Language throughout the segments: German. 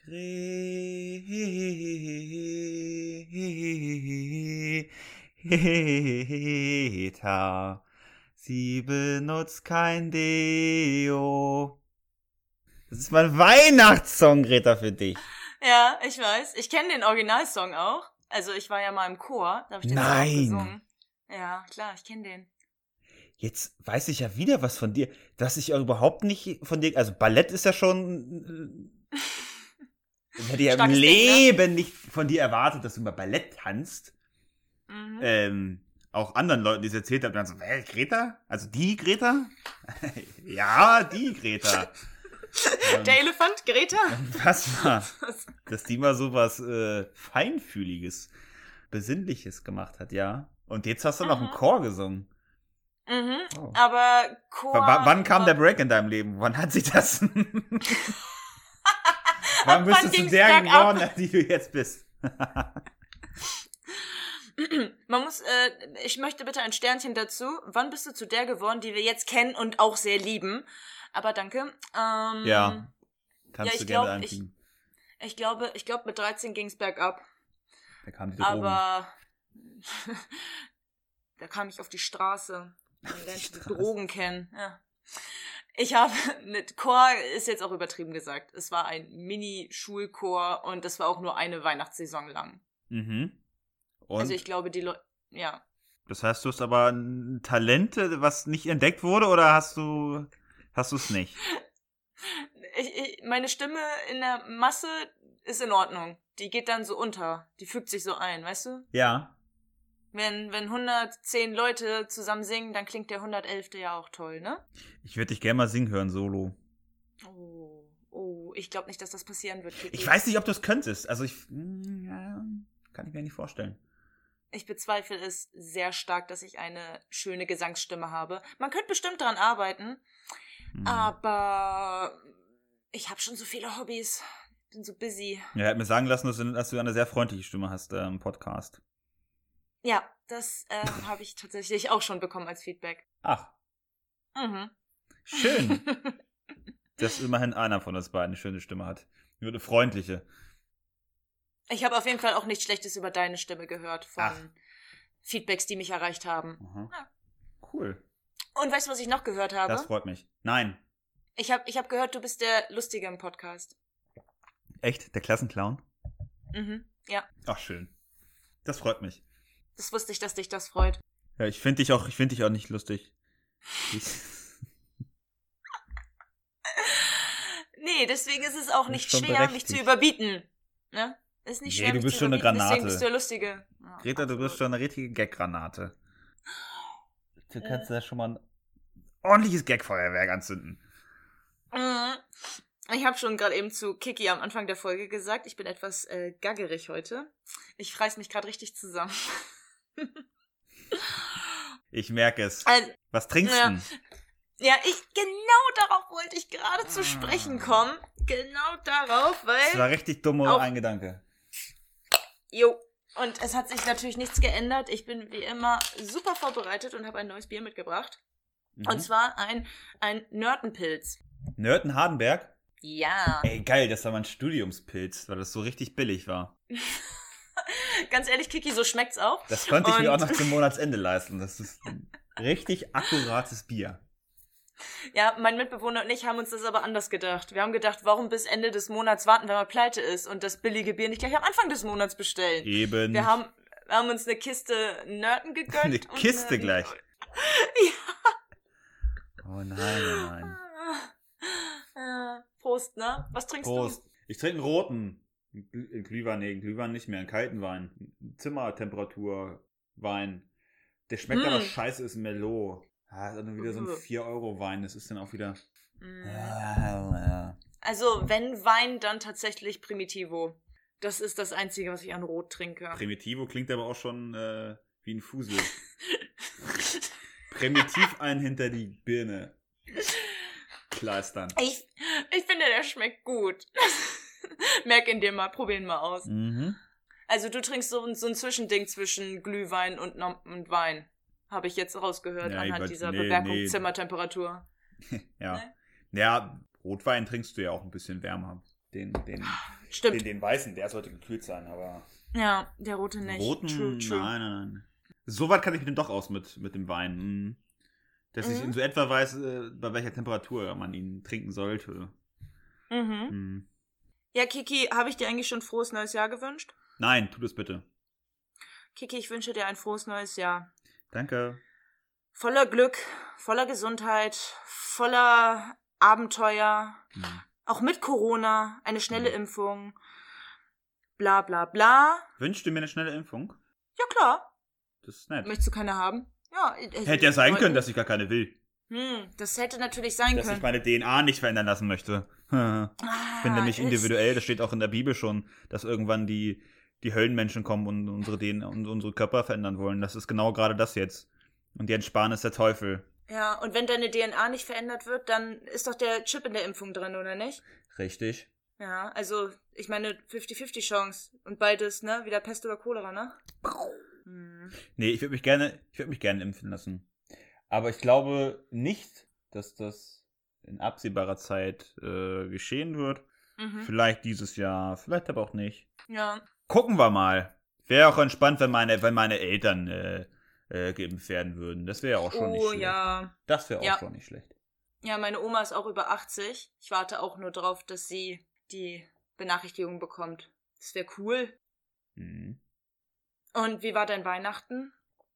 Greta, sie benutzt kein Deo. Das ist mein Weihnachtssong, Greta, für dich. Ja, ich weiß. Ich kenne den Originalsong auch. Also ich war ja mal im Chor, da habe ich den Song auch gesungen. Ja, klar, ich kenne den. Jetzt weiß ich ja wieder was von dir, dass ich auch überhaupt nicht von dir, also Ballett ist ja schon, hätte ja im Leben Ding, ne? Nicht von dir erwartet, dass du mal Ballett tanzt. Auch anderen Leuten, die es erzählt haben, dann so, Greta? Also die Greta? Ja, die Greta. Der Elefant, Greta? Was war? Dass die mal so was Feinfühliges, Besinnliches gemacht hat, ja. Und jetzt hast du noch einen Chor gesungen. Mhm, oh. Aber Chor... Wann kam der Break in deinem Leben? Wann hat sich das... Wann bist du zu der geworden, die du jetzt bist? Man muss, ich möchte bitte ein Sternchen dazu. Wann bist du zu der geworden, die wir jetzt kennen und auch sehr lieben? Aber danke. Ja, kannst du gerne einfügen. Ich glaube, mit 13 ging's bergab. Da kam die Drogen. Aber da kam ich auf die Straße. Man lernt die Drogen kennen. Ja. Ich habe, Chor ist jetzt auch übertrieben gesagt. Es war ein Mini-Schulchor und das war auch nur eine Weihnachtssaison lang. Mhm. Und? Also ich glaube, die Leute, ja. Das heißt, du hast aber Talente, was nicht entdeckt wurde, oder hast du es nicht? Meine Stimme in der Masse ist in Ordnung. Die geht dann so unter. Die fügt sich so ein, weißt du? Ja. Wenn 110 Leute zusammen singen, dann klingt der 111. ja auch toll, ne? Ich würde dich gerne mal singen hören, solo. Oh, ich glaube nicht, dass das passieren wird. Ich weiß nicht, ob du es könntest. Also kann ich mir nicht vorstellen. Ich bezweifle es sehr stark, dass ich eine schöne Gesangsstimme habe. Man könnte bestimmt dran arbeiten, aber ich habe schon so viele Hobbys. Bin so busy. Ja, er hat mir sagen lassen, dass du eine sehr freundliche Stimme hast im Podcast. Ja, das habe ich tatsächlich auch schon bekommen als Feedback. Ach. Mhm. Schön. Dass immerhin einer von uns beiden eine schöne Stimme hat. Nur eine freundliche. Ich habe auf jeden Fall auch nichts Schlechtes über deine Stimme gehört von Feedbacks, die mich erreicht haben. Ja. Cool. Und weißt du, was ich noch gehört habe? Das freut mich. Nein. Ich hab gehört, du bist der Lustige im Podcast. Echt? Der Klassenclown? Mhm, ja. Ach, schön. Das freut mich. Das wusste ich, dass dich das freut. Ja, ich finde dich auch nicht lustig. Nee, deswegen ist es auch nicht schwer, mich zu überbieten. Ne? Ist nicht schwer, du bist schon eine Granate. Deswegen bist du der Lustige. Oh, Greta, du bist schon eine richtige Gag-Granate. Du kannst da schon mal ein ordentliches Gag-Feuerwerk anzünden. Ich habe schon gerade eben zu Kiki am Anfang der Folge gesagt, ich bin etwas gaggerig heute. Ich reiß mich gerade richtig zusammen. Ich merke es. Was trinkst du? Ja, genau darauf wollte ich gerade zu sprechen kommen. Genau darauf, weil... Das war richtig dummer ein Gedanke. Jo. Und es hat sich natürlich nichts geändert. Ich bin wie immer super vorbereitet und habe ein neues Bier mitgebracht. Mhm. Und zwar ein Nörtenpilz. Nörten-Hardenberg? Ja. Ey, geil, das war mein Studiumspilz, weil das so richtig billig war. Ganz ehrlich, Kiki, so schmeckt's auch. Das konnte ich mir auch noch zum Monatsende leisten. Das ist ein richtig akkurates Bier. Ja, mein Mitbewohner und ich haben uns das aber anders gedacht. Wir haben gedacht, warum bis Ende des Monats warten, wenn man pleite ist und das billige Bier nicht gleich am Anfang des Monats bestellen. Eben. Wir haben uns eine Kiste Nörten gegönnt. Eine Kiste gleich? Ja. Oh nein. Prost, ne? Was trinkst Prost. Ich trinke einen roten. Glühwein nicht mehr. Einen kalten Wein. Zimmertemperatur Wein. Der schmeckt aber scheiße, ist Merlot. Ah, dann wieder so ein 4-Euro-Wein. Das ist dann auch wieder... Also, wenn Wein, dann tatsächlich Primitivo. Das ist das Einzige, was ich an Rot trinke. Primitivo klingt aber auch schon wie ein Fusel. Primitiv einen hinter die Birne kleistern. Ich finde, der schmeckt gut. Merk ihn dir mal, probier ihn mal aus. Mhm. Also du trinkst so ein Zwischending zwischen Glühwein und Wein. Habe ich jetzt rausgehört anhand dieser Bemerkung Zimmertemperatur. Ja. Ne? Ja, Rotwein trinkst du ja auch ein bisschen wärmer. Stimmt. Den weißen, der sollte gekühlt sein, aber... Ja, der rote nicht. Roten? True. Nein. So weit kann ich mich denn doch aus mit dem Wein. Dass ich in so etwa weiß, bei welcher Temperatur man ihn trinken sollte. Ja, Kiki, habe ich dir eigentlich schon frohes neues Jahr gewünscht? Nein, tu das bitte. Kiki, ich wünsche dir ein frohes neues Jahr. Danke. Voller Glück, voller Gesundheit, voller Abenteuer, auch mit Corona, eine schnelle Impfung, bla bla bla. Wünschst du mir eine schnelle Impfung? Ja, klar. Das ist nett. Möchtest du keine haben? Ja. Hätte ja sein können, dass ich gar keine will. Das hätte natürlich sein können. Dass ich meine DNA nicht verändern lassen möchte. Ich bin nämlich individuell, das steht auch in der Bibel schon, dass irgendwann die Höllenmenschen kommen und unsere DNA und unsere Körper verändern wollen. Das ist genau gerade das jetzt. Und Jens Spahn ist der Teufel. Ja, und wenn deine DNA nicht verändert wird, dann ist doch der Chip in der Impfung drin, oder nicht? Richtig. Ja, also, ich meine, 50-50 Chance. Und beides, ne? Wieder Pest oder Cholera, ne? Nee, ich würde mich gerne impfen lassen. Aber ich glaube nicht, dass das in absehbarer Zeit geschehen wird. Vielleicht dieses Jahr, vielleicht aber auch nicht. Ja. Gucken wir mal. Wäre auch entspannt, wenn meine Eltern geimpft werden würden. Das wäre auch schon nicht schlecht. Ja. Das wäre auch schon nicht schlecht. Ja, meine Oma ist auch über 80. Ich warte auch nur drauf, dass sie die Benachrichtigung bekommt. Das wäre cool. Und wie war dein Weihnachten?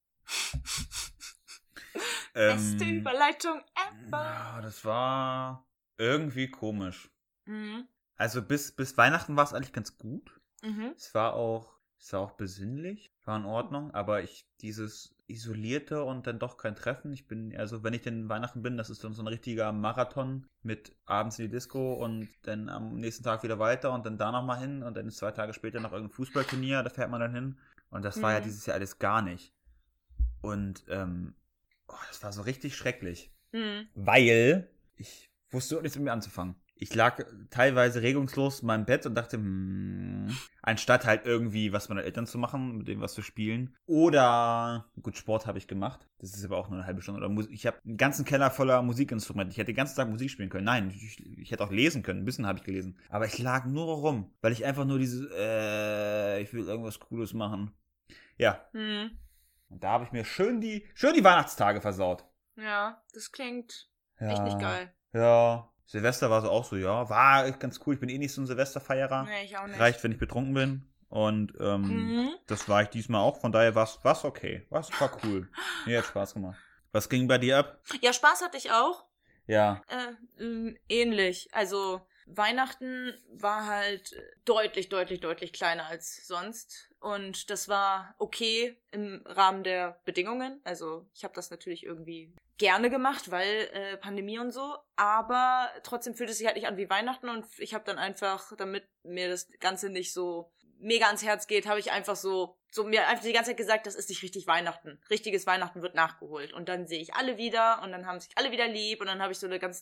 Beste Überleitung ever. Ja, das war irgendwie komisch. Also bis Weihnachten war es eigentlich ganz gut. Es war auch besinnlich, war in Ordnung, aber dieses isolierte und dann doch kein Treffen. Also wenn ich denn Weihnachten bin, das ist dann so ein richtiger Marathon mit abends in die Disco und dann am nächsten Tag wieder weiter und dann da nochmal hin und dann ist 2 Tage später noch irgendein Fußballturnier, da fährt man dann hin. Und das war ja dieses Jahr alles gar nicht. Und das war so richtig schrecklich. Weil ich wusste nichts mit mir anzufangen. Ich lag teilweise regungslos in meinem Bett und dachte, anstatt halt irgendwie was mit meinen Eltern zu machen, mit dem was zu spielen. Oder, gut, Sport habe ich gemacht. Das ist aber auch nur eine halbe Stunde. Oder ich habe einen ganzen Keller voller Musikinstrumente. Ich hätte den ganzen Tag Musik spielen können. Nein, ich hätte auch lesen können. Ein bisschen habe ich gelesen. Aber ich lag nur rum, weil ich einfach nur ich will irgendwas Cooles machen. Ja. Und da habe ich mir schön die Weihnachtstage versaut. Ja, das klingt echt nicht geil. Ja. Silvester war so auch so, ja, war echt ganz cool. Ich bin eh nicht so ein Silvesterfeierer. Nee, ich auch nicht. Reicht, wenn ich betrunken bin. Und das war ich diesmal auch. Von daher war es okay. War cool. Mir hat Spaß gemacht. Was ging bei dir ab? Ja, Spaß hatte ich auch. Ja. Ähnlich. Also Weihnachten war halt deutlich, deutlich, deutlich kleiner als sonst. Und das war okay im Rahmen der Bedingungen. Also ich habe das natürlich irgendwie gerne gemacht, weil Pandemie und so. Aber trotzdem fühlt es sich halt nicht an wie Weihnachten. Und ich habe dann einfach, damit mir das Ganze nicht so mega ans Herz geht, habe ich einfach so mir einfach die ganze Zeit gesagt, das ist nicht richtig Weihnachten. Richtiges Weihnachten wird nachgeholt. Und dann sehe ich alle wieder und dann haben sich alle wieder lieb und dann habe ich so eine ganz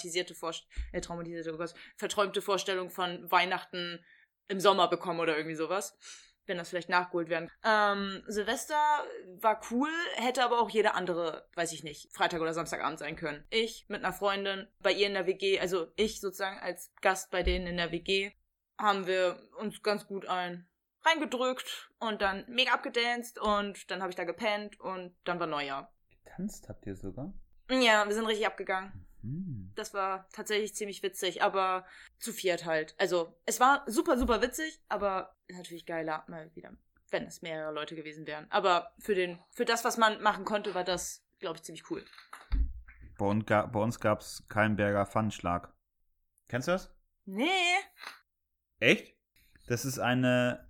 verträumte Vorstellung von Weihnachten im Sommer bekommen oder irgendwie sowas. Wenn das vielleicht nachgeholt werden. Silvester war cool, hätte aber auch jeder andere, weiß ich nicht, Freitag oder Samstagabend sein können. Ich mit einer Freundin bei ihr in der WG, also ich sozusagen als Gast bei denen in der WG, haben wir uns ganz gut reingedrückt und dann mega abgedanced und dann habe ich da gepennt und dann war Neujahr. Getanzt habt ihr sogar? Ja, wir sind richtig abgegangen. Das war tatsächlich ziemlich witzig, aber zu viert halt. Also, es war super, super witzig, aber natürlich geiler mal wieder, wenn es mehrere Leute gewesen wären. Aber für das, was man machen konnte, war das, glaube ich, ziemlich cool. Bei uns gab es Kallenberger Pfannenschlag. Kennst du das? Nee. Echt? Das ist eine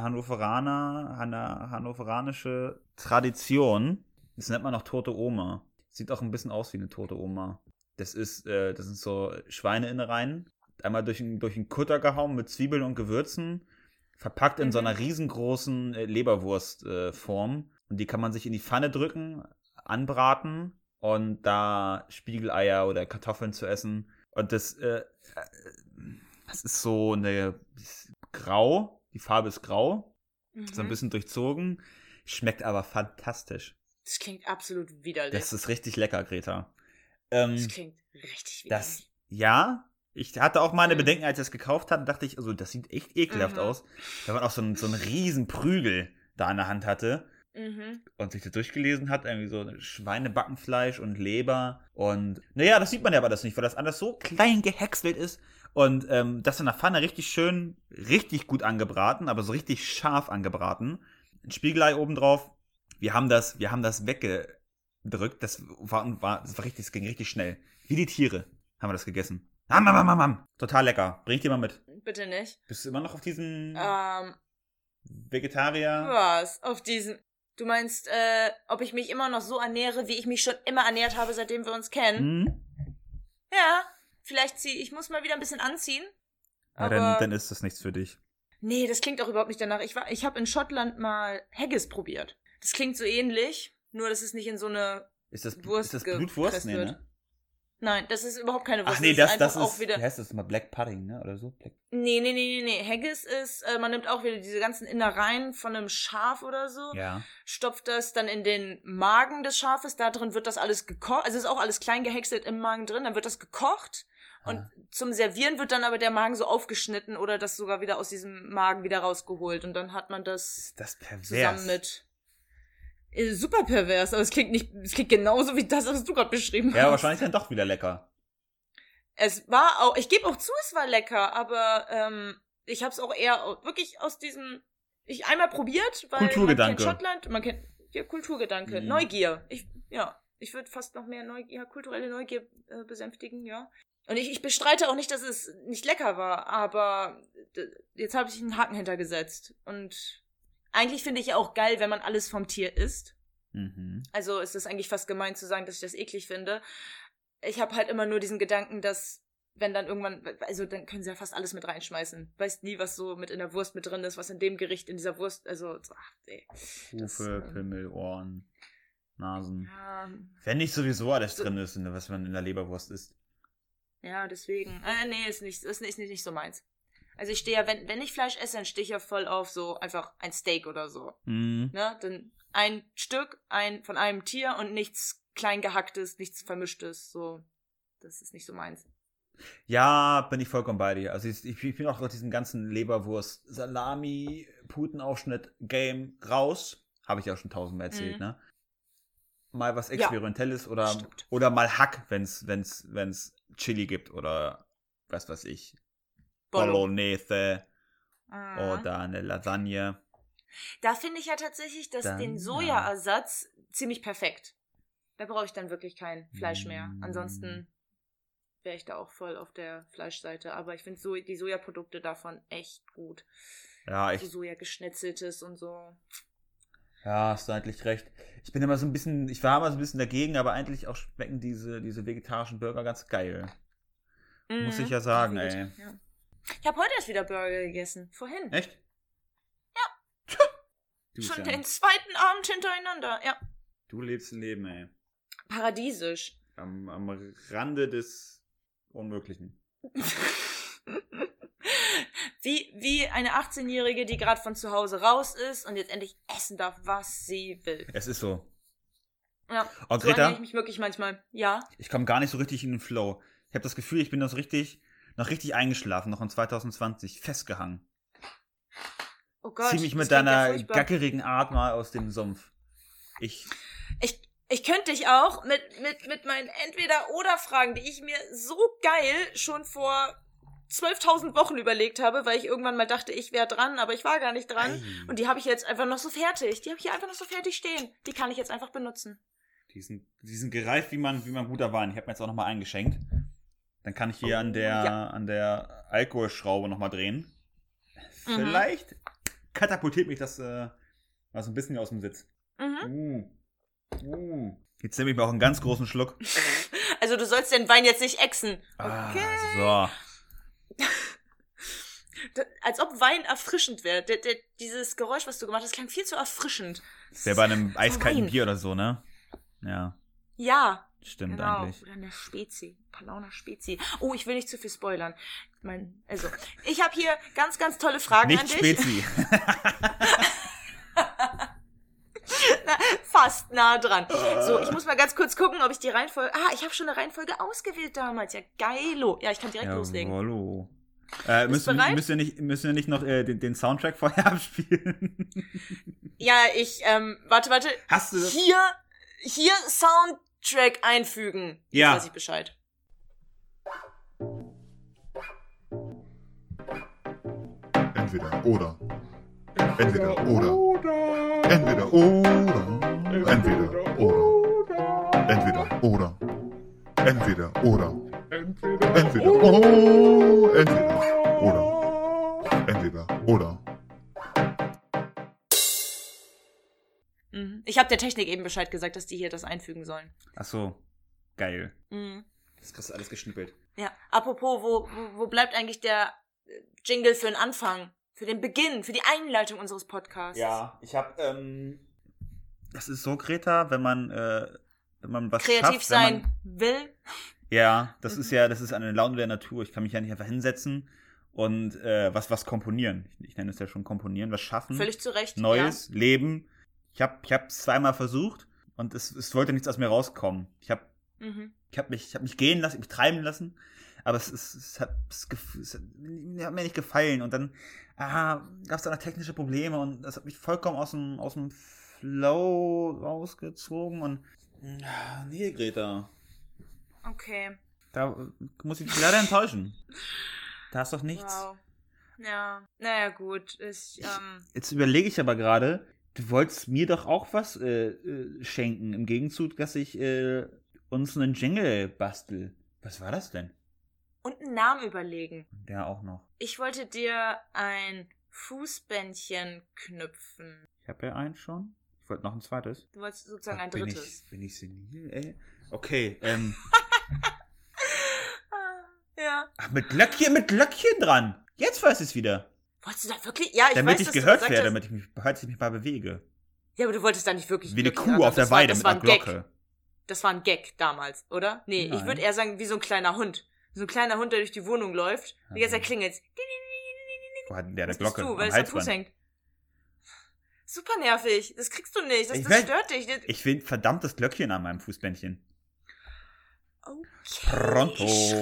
hannoveranische Tradition. Das nennt man auch tote Oma. Sieht auch ein bisschen aus wie eine tote Oma. Das sind so Schweineinnereien. Einmal durch einen Kutter gehauen mit Zwiebeln und Gewürzen. Verpackt in so einer riesengroßen Leberwurstform. Und die kann man sich in die Pfanne drücken, anbraten und da Spiegeleier oder Kartoffeln zu essen. Und das ist so grau. Die Farbe ist grau. So ein bisschen durchzogen. Schmeckt aber fantastisch. Das klingt absolut widerlich. Das ist richtig lecker, Greta. Das klingt richtig widerlich. Ich hatte auch meine Bedenken, als ich das gekauft hatte, dachte ich, also das sieht echt ekelhaft aus. Wenn man auch so einen riesen Prügel da in der Hand hatte und sich das durchgelesen hat, irgendwie so Schweinebackenfleisch und Leber und naja, das sieht man ja aber das nicht, weil das alles so klein gehäckselt ist und das in der Pfanne richtig schön, richtig gut angebraten, aber so richtig scharf angebraten. Ein Spiegelei obendrauf. Wir haben das weggedrückt, das ging richtig schnell. Wie die Tiere haben wir das gegessen. Total lecker. Bring ich dir mal mit. Bitte nicht. Bist du immer noch auf diesen Vegetarier? Was? Auf diesen... Du meinst, ob ich mich immer noch so ernähre, wie ich mich schon immer ernährt habe, seitdem wir uns kennen? Ja, vielleicht ich muss mal wieder ein bisschen anziehen. Aber dann ist das nichts für dich. Nee, das klingt auch überhaupt nicht danach. Ich habe in Schottland mal Haggis probiert. Das klingt so ähnlich, nur dass es nicht in so eine Wurst ist das Blutwurst? Nee, wird. Ne? Nein, das ist überhaupt keine Wurst. Ach nee, das ist auch wieder... Wie heißt das mal? Black Pudding, ne? Oder so? Nee. Haggis ist, man nimmt auch wieder diese ganzen Innereien von einem Schaf oder so, stopft das dann in den Magen des Schafes, da drin wird das alles gekocht, also ist auch alles klein gehäckselt im Magen drin, dann wird das gekocht und zum Servieren wird dann aber der Magen so aufgeschnitten oder das sogar wieder aus diesem Magen wieder rausgeholt und dann hat man das pervers. Zusammen mit... Super pervers, aber es klingt genauso wie das, was du gerade beschrieben hast. Ja, wahrscheinlich dann doch wieder lecker. Es war auch, ich gebe auch zu, es war lecker, aber ich habe es auch eher wirklich aus diesem, einmal probiert, weil Kulturgedanke. man kennt Kulturgedanke, Neugier. Ich würde fast noch mehr kulturelle Neugier besänftigen, ja. Und ich bestreite auch nicht, dass es nicht lecker war, aber jetzt habe ich einen Haken hintergesetzt und eigentlich finde ich ja auch geil, wenn man alles vom Tier isst. Also ist es eigentlich fast gemein zu sagen, dass ich das eklig finde. Ich habe halt immer nur diesen Gedanken, dass wenn dann irgendwann, also dann können sie ja fast alles mit reinschmeißen. Weißt nie, was so mit in der Wurst mit drin ist, was in dem Gericht, in dieser Wurst, also, Hufe, Pimmel, Ohren, Nasen. Ja, wenn nicht sowieso alles drin ist, was man in der Leberwurst isst. Ja, deswegen. Nee, ist nicht so meins. Also ich stehe ja, wenn ich Fleisch esse, dann stehe ich ja voll auf so einfach ein Steak oder so. Ne? Dann ein Stück von einem Tier und nichts klein gehacktes, nichts vermischtes. So, das ist nicht so meins. Ja, bin ich vollkommen bei dir. Also ich bin auch aus diesem ganzen Leberwurst, Salami, Putenaufschnitt, Game raus. Habe ich ja schon 1000-mal erzählt, ne? Mal was Experimentelles oder mal Hack, wenn's Chili gibt oder was weiß ich. Bolognese oder eine Lasagne. Da finde ich ja tatsächlich den Sojaersatz ziemlich perfekt. Da brauche ich dann wirklich kein Fleisch mehr. Ansonsten wäre ich da auch voll auf der Fleischseite. Aber ich finde die Sojaprodukte davon echt gut. Ja, so Sojageschnetzeltes und so. Ja, hast du eigentlich recht. Ich war immer so ein bisschen dagegen, aber eigentlich auch schmecken diese vegetarischen Burger ganz geil. Muss ich ja sagen, ey. Ja. Ich habe heute erst wieder Burger gegessen. Vorhin. Echt? Ja. Schon den zweiten Abend hintereinander, ja. Du lebst ein Leben, ey. Paradiesisch. Am Rande des Unmöglichen. Wie eine 18-Jährige, die gerade von zu Hause raus ist und jetzt endlich essen darf, was sie will. Es ist so. Ja, oh, so ernähre ich mich wirklich manchmal. Ja. Ich komme gar nicht so richtig in den Flow. Ich habe das Gefühl, ich bin noch richtig eingeschlafen, noch in 2020, festgehangen. Oh Gott. Zieh mich mit deiner gackerigen Art mal aus dem Sumpf. Ich könnte dich auch mit meinen Entweder-Oder-Fragen, die ich mir so geil schon vor 12.000 Wochen überlegt habe, weil ich irgendwann mal dachte, ich wäre dran, aber ich war gar nicht dran. Ei. Und die habe ich jetzt einfach noch so fertig. Die habe ich hier einfach noch so fertig stehen. Die kann ich jetzt einfach benutzen. Die sind gereift wie man guter Wein. Ich habe mir jetzt auch nochmal eingeschenkt. Dann kann ich hier an der Alkoholschraube nochmal drehen. Vielleicht katapultiert mich das mal so ein bisschen aus dem Sitz. Jetzt nehme ich mir auch einen ganz großen Schluck. Also du sollst den Wein jetzt nicht ächzen. Okay. So. Als ob Wein erfrischend wäre. Dieses Geräusch, was du gemacht hast, klang viel zu erfrischend. Das wäre bei einem eiskalten Bier oder so, ne? Ja. Ja. Stimmt genau. Eigentlich. Oder eine Spezi. Paulaner Spezi. Oh, ich will nicht zu viel spoilern. Ich habe hier ganz, ganz tolle Fragen nicht an dich. Spezi. Fast, nah dran. So, ich muss mal ganz kurz gucken, ob ich die Reihenfolge... ich habe schon eine Reihenfolge ausgewählt damals. Ja, geilo. Ja, ich kann direkt loslegen. Hallo. Müssen wir nicht noch den Soundtrack vorher abspielen? Ja, warte. Hast du das? Hier Soundtrack einfügen. Ja. Jetzt weiß ich Bescheid. Entweder oder. Entweder oder. Entweder oder. Entweder oder. Entweder oder. Entweder oder. Entweder oder. Entweder oder. Entweder oder. Ich habe der Technik eben Bescheid gesagt, dass die hier das einfügen sollen. Ach so, geil. Mhm. Das kriegst du alles geschnippelt. Ja, apropos, wo bleibt eigentlich der Jingle für den Anfang? Für den Beginn, für die Einleitung unseres Podcasts? Ja, ich hab, das ist so, Greta, wenn man was kreativ schafft, sein will. Ja, das ist eine Laune der Natur. Ich kann mich ja nicht einfach hinsetzen und was komponieren. Ich nenne es ja schon komponieren, was schaffen. Völlig zu Recht. Neues, Leben. Ich hab zweimal versucht und es wollte nichts aus mir rauskommen. Ich hab mich gehen lassen, mich treiben lassen, aber es hat mir nicht gefallen. Und dann gab es da noch technische Probleme und das hat mich vollkommen aus dem Flow rausgezogen und nee, Greta. Okay. Da muss ich dich leider enttäuschen. Da ist doch nichts. Wow. Ja, naja, gut. Jetzt überlege ich aber gerade, du wolltest mir doch auch was schenken, im Gegenzug, dass ich uns einen Jingle bastel. Was war das denn? Und einen Namen überlegen. Der auch noch. Ich wollte dir ein Fußbändchen knüpfen. Ich habe ja eins schon. Ich wollte noch ein zweites. Du wolltest sozusagen ein drittes. Bin ich senil, ey? Okay, Ja. Ach, mit Glöckchen dran. Jetzt weiß ich es wieder. Wolltest du da wirklich? Ja, damit weiß, ich gehört werde, damit ich mich mal bewege. Ja, aber du wolltest da nicht wirklich... Wie eine Kuh auf der Weide mit einer Glocke. Das war ein Gag damals, oder? Nee, Nein. Ich würde eher sagen, wie so ein kleiner Hund. So ein kleiner Hund, der durch die Wohnung läuft. Und jetzt klingelt es. Wo hat denn der Das Glocke? bist du, weil es am Fuß hängt. Super nervig. Das kriegst du nicht. Das stört dich. Ich will ein verdammtes Glöckchen an meinem Fußbändchen. Okay. Pronto.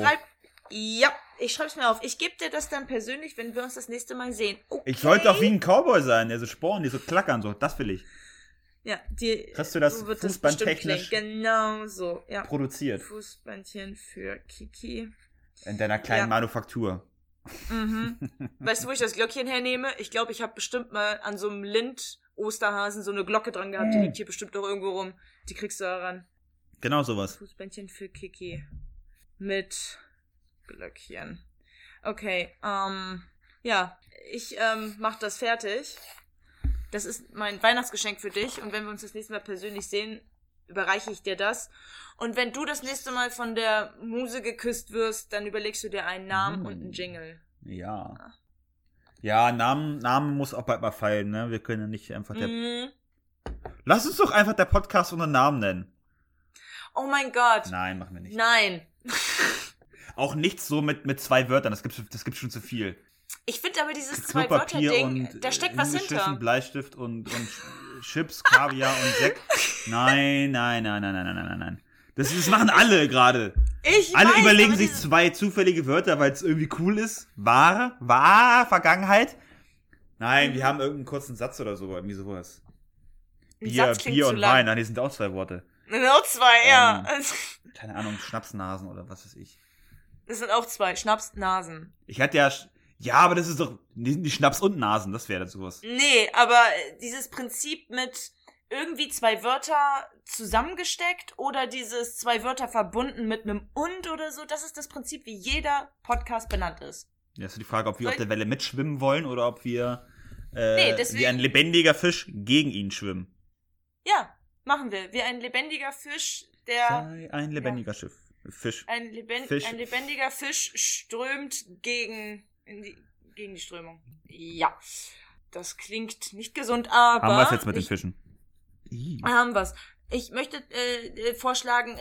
Ich schreib's mir auf. Ich gebe dir das dann persönlich, wenn wir uns das nächste Mal sehen. Okay. Ich sollte auch wie ein Cowboy sein, der so Sporen, die so klackern, so. Das will ich. Ja, hast du das fußbandtechnisch genau so, ja. produziert? Fußbandchen für Kiki. In deiner kleinen Manufaktur. Mhm. Weißt du, wo ich das Glöckchen hernehme? Ich glaube, ich habe bestimmt mal an so einem Lind-Osterhasen so eine Glocke dran gehabt. Die liegt hier bestimmt noch irgendwo rum. Die kriegst du daran. Genau sowas. Fußbändchen für Kiki. Mit Glöckchen. Okay, ja. Ich mach das fertig. Das ist mein Weihnachtsgeschenk für dich. Und wenn wir uns das nächste Mal persönlich sehen, überreiche ich dir das. Und wenn du das nächste Mal von der Muse geküsst wirst, dann überlegst du dir einen Namen und einen Jingle. Ja. Ja, Namen muss auch bald mal fallen, ne? Wir können ja nicht einfach Lass uns doch einfach der Podcast unter Namen nennen. Oh mein Gott. Nein, machen wir nicht. Nein. Auch nichts so mit 2 Wörtern, das gibt schon zu viel. Ich finde aber dieses 2-Wörter-Ding, da steckt was hinter. Bleistift und Chips, Kaviar und Sekt. Nein. Das machen alle gerade. Alle überlegen sich 2 zufällige Wörter, weil es irgendwie cool ist. War Vergangenheit. Nein, wir haben irgendeinen kurzen Satz oder so, irgendwie sowas. Bier und Wein, nein, die sind auch 2 Worte. Auch 2, ja. Keine Ahnung, Schnapsnasen oder was weiß ich. Das sind auch 2, Schnapsnasen. Ich hatte ja, aber das ist doch die Schnaps und Nasen, das wäre sowas. Nee, aber dieses Prinzip mit irgendwie 2 Wörter zusammengesteckt oder dieses 2 Wörter verbunden mit einem und oder so, das ist das Prinzip, wie jeder Podcast benannt ist. Ja, ist die Frage, ob wir auf der Welle mitschwimmen wollen oder ob wir wie ein lebendiger Fisch gegen ihn schwimmen. Ja, machen wir. Wie ein lebendiger Fisch, der... Sei ein lebendiger Fisch. Ein lebendiger Fisch strömt gegen die Strömung. Ja, das klingt nicht gesund, aber... Haben wir es jetzt mit den Fischen? Haben wir es. Ich möchte vorschlagen,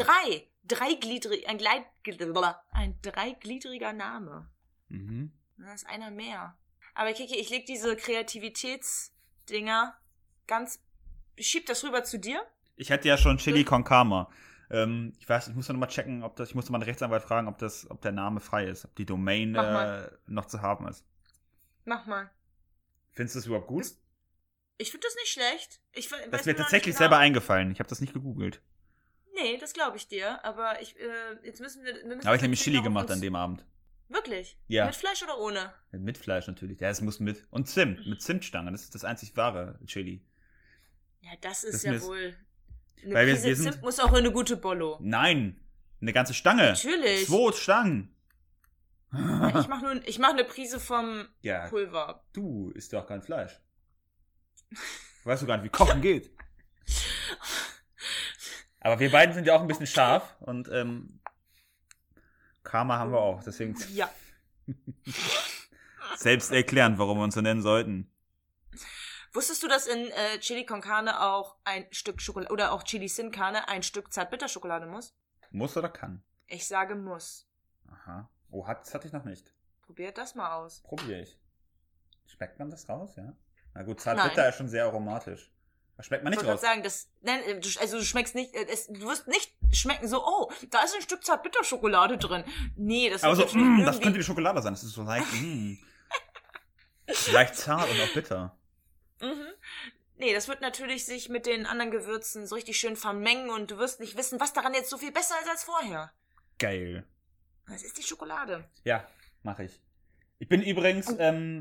ein dreigliedriger Name. Mhm. Das ist einer mehr. Aber Kiki, ich leg diese Kreativitätsdinger ich schieb das rüber zu dir. Ich hätte ja schon Chili con Carne. Ich muss noch mal checken, ich muss noch mal einen Rechtsanwalt fragen, ob der Name frei ist, ob die Domain noch zu haben ist. Mach mal. Findest du das überhaupt gut? Ich finde das nicht schlecht. Das ist mir tatsächlich selber eingefallen. Ich habe das nicht gegoogelt. Nee, das glaube ich dir. Aber jetzt müssen wir aber ich habe nämlich Chili gemacht an dem Abend. Wirklich? Ja. Mit Fleisch oder ohne? Mit Fleisch natürlich. Ja, es muss mit. Und Zimt. Mit Zimtstange. Das ist das einzig wahre Chili. Ja, das ist ja wohl... Weil wir Zimt muss auch in eine gute Bollo. Nein. Eine ganze Stange. Natürlich. 2 Stangen. Ja, ich mach eine Prise vom Pulver. Du isst ja auch kein Fleisch. Weißt du gar nicht, wie Kochen geht. Aber wir beiden sind ja auch ein bisschen scharf und Karma haben wir auch, deswegen ja. selbst erklären, warum wir uns so nennen sollten. Wusstest du, dass in Chili con Carne auch ein Stück Schokolade oder auch Chili sin Carne ein Stück Zartbitterschokolade muss? Muss oder kann? Ich sage muss. Aha. Oh, das hatte ich noch nicht. Probiert das mal aus. Probiere ich. Schmeckt man das raus, ja? Na gut, Zartbitter ist schon sehr aromatisch. Das schmeckt man nicht raus. Ich sagen, du schmeckst nicht, du wirst nicht schmecken so, oh, da ist ein Stück Zartbitterschokolade drin. Nee, das ist das könnte die Schokolade sein. Das ist so leicht, leicht zart und auch bitter. Mhm. Nee, das wird natürlich sich mit den anderen Gewürzen so richtig schön vermengen und du wirst nicht wissen, was daran jetzt so viel besser ist als vorher. Geil. Das ist die Schokolade. Ja, mache ich. Ich bin übrigens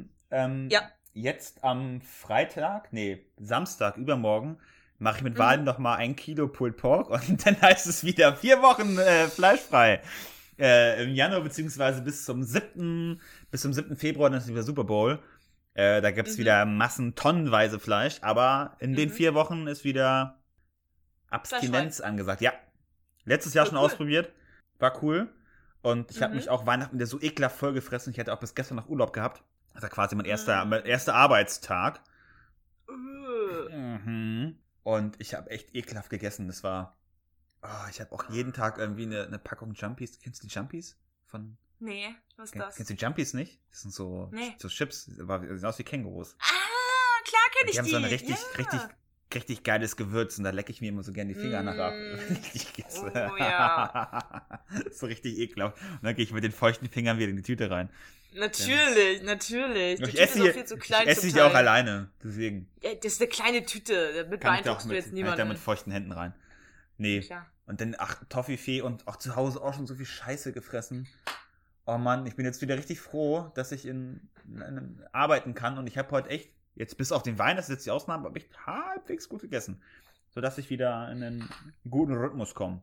jetzt am Samstag, übermorgen, mache ich mit Wahlen noch mal 1 Kilo Pulled Pork und dann heißt es wieder 4 Wochen fleischfrei. Im Januar beziehungsweise bis zum 7. Februar, dann ist wieder Super Bowl. Da gibt es wieder tonnenweise Fleisch, aber in den 4 Wochen ist wieder Abstinenz angesagt. Ja, letztes Jahr schon ausprobiert, war cool. Und ich habe mich auch Weihnachten wieder so ekelhaft vollgefressen. Ich hatte auch bis gestern noch Urlaub gehabt. Das war quasi mein erster Arbeitstag. Und ich habe echt ekelhaft gegessen. Das war... ich habe auch jeden Tag irgendwie eine Packung Jumpies. Kennst du die Jumpies? Nee, was ist das? Kennst du die Jumpies nicht? Das sind so Chips. Die sehen aus wie Kängurus. Ah, klar kenne ich die. Die haben so ein richtig geiles Gewürz und da lecke ich mir immer so gerne die Finger nach ab. Oh ja. So richtig ekelhaft. Und dann gehe ich mit den feuchten Fingern wieder in die Tüte rein. Natürlich. Die Tüte ist auch viel zu klein. Ich esse die auch alleine, deswegen. Ja, das ist eine kleine Tüte. Damit beeindruckst du jetzt niemanden. Kann ich da mit feuchten Händen rein. Nee. Klar. Und dann, Toffifee und auch zu Hause auch schon so viel Scheiße gefressen. Oh Mann, ich bin jetzt wieder richtig froh, dass ich arbeiten kann und ich habe heute echt, jetzt bis auf den Wein, das ist jetzt die Ausnahme, habe ich halbwegs gut gegessen. Sodass ich wieder in einen guten Rhythmus komme.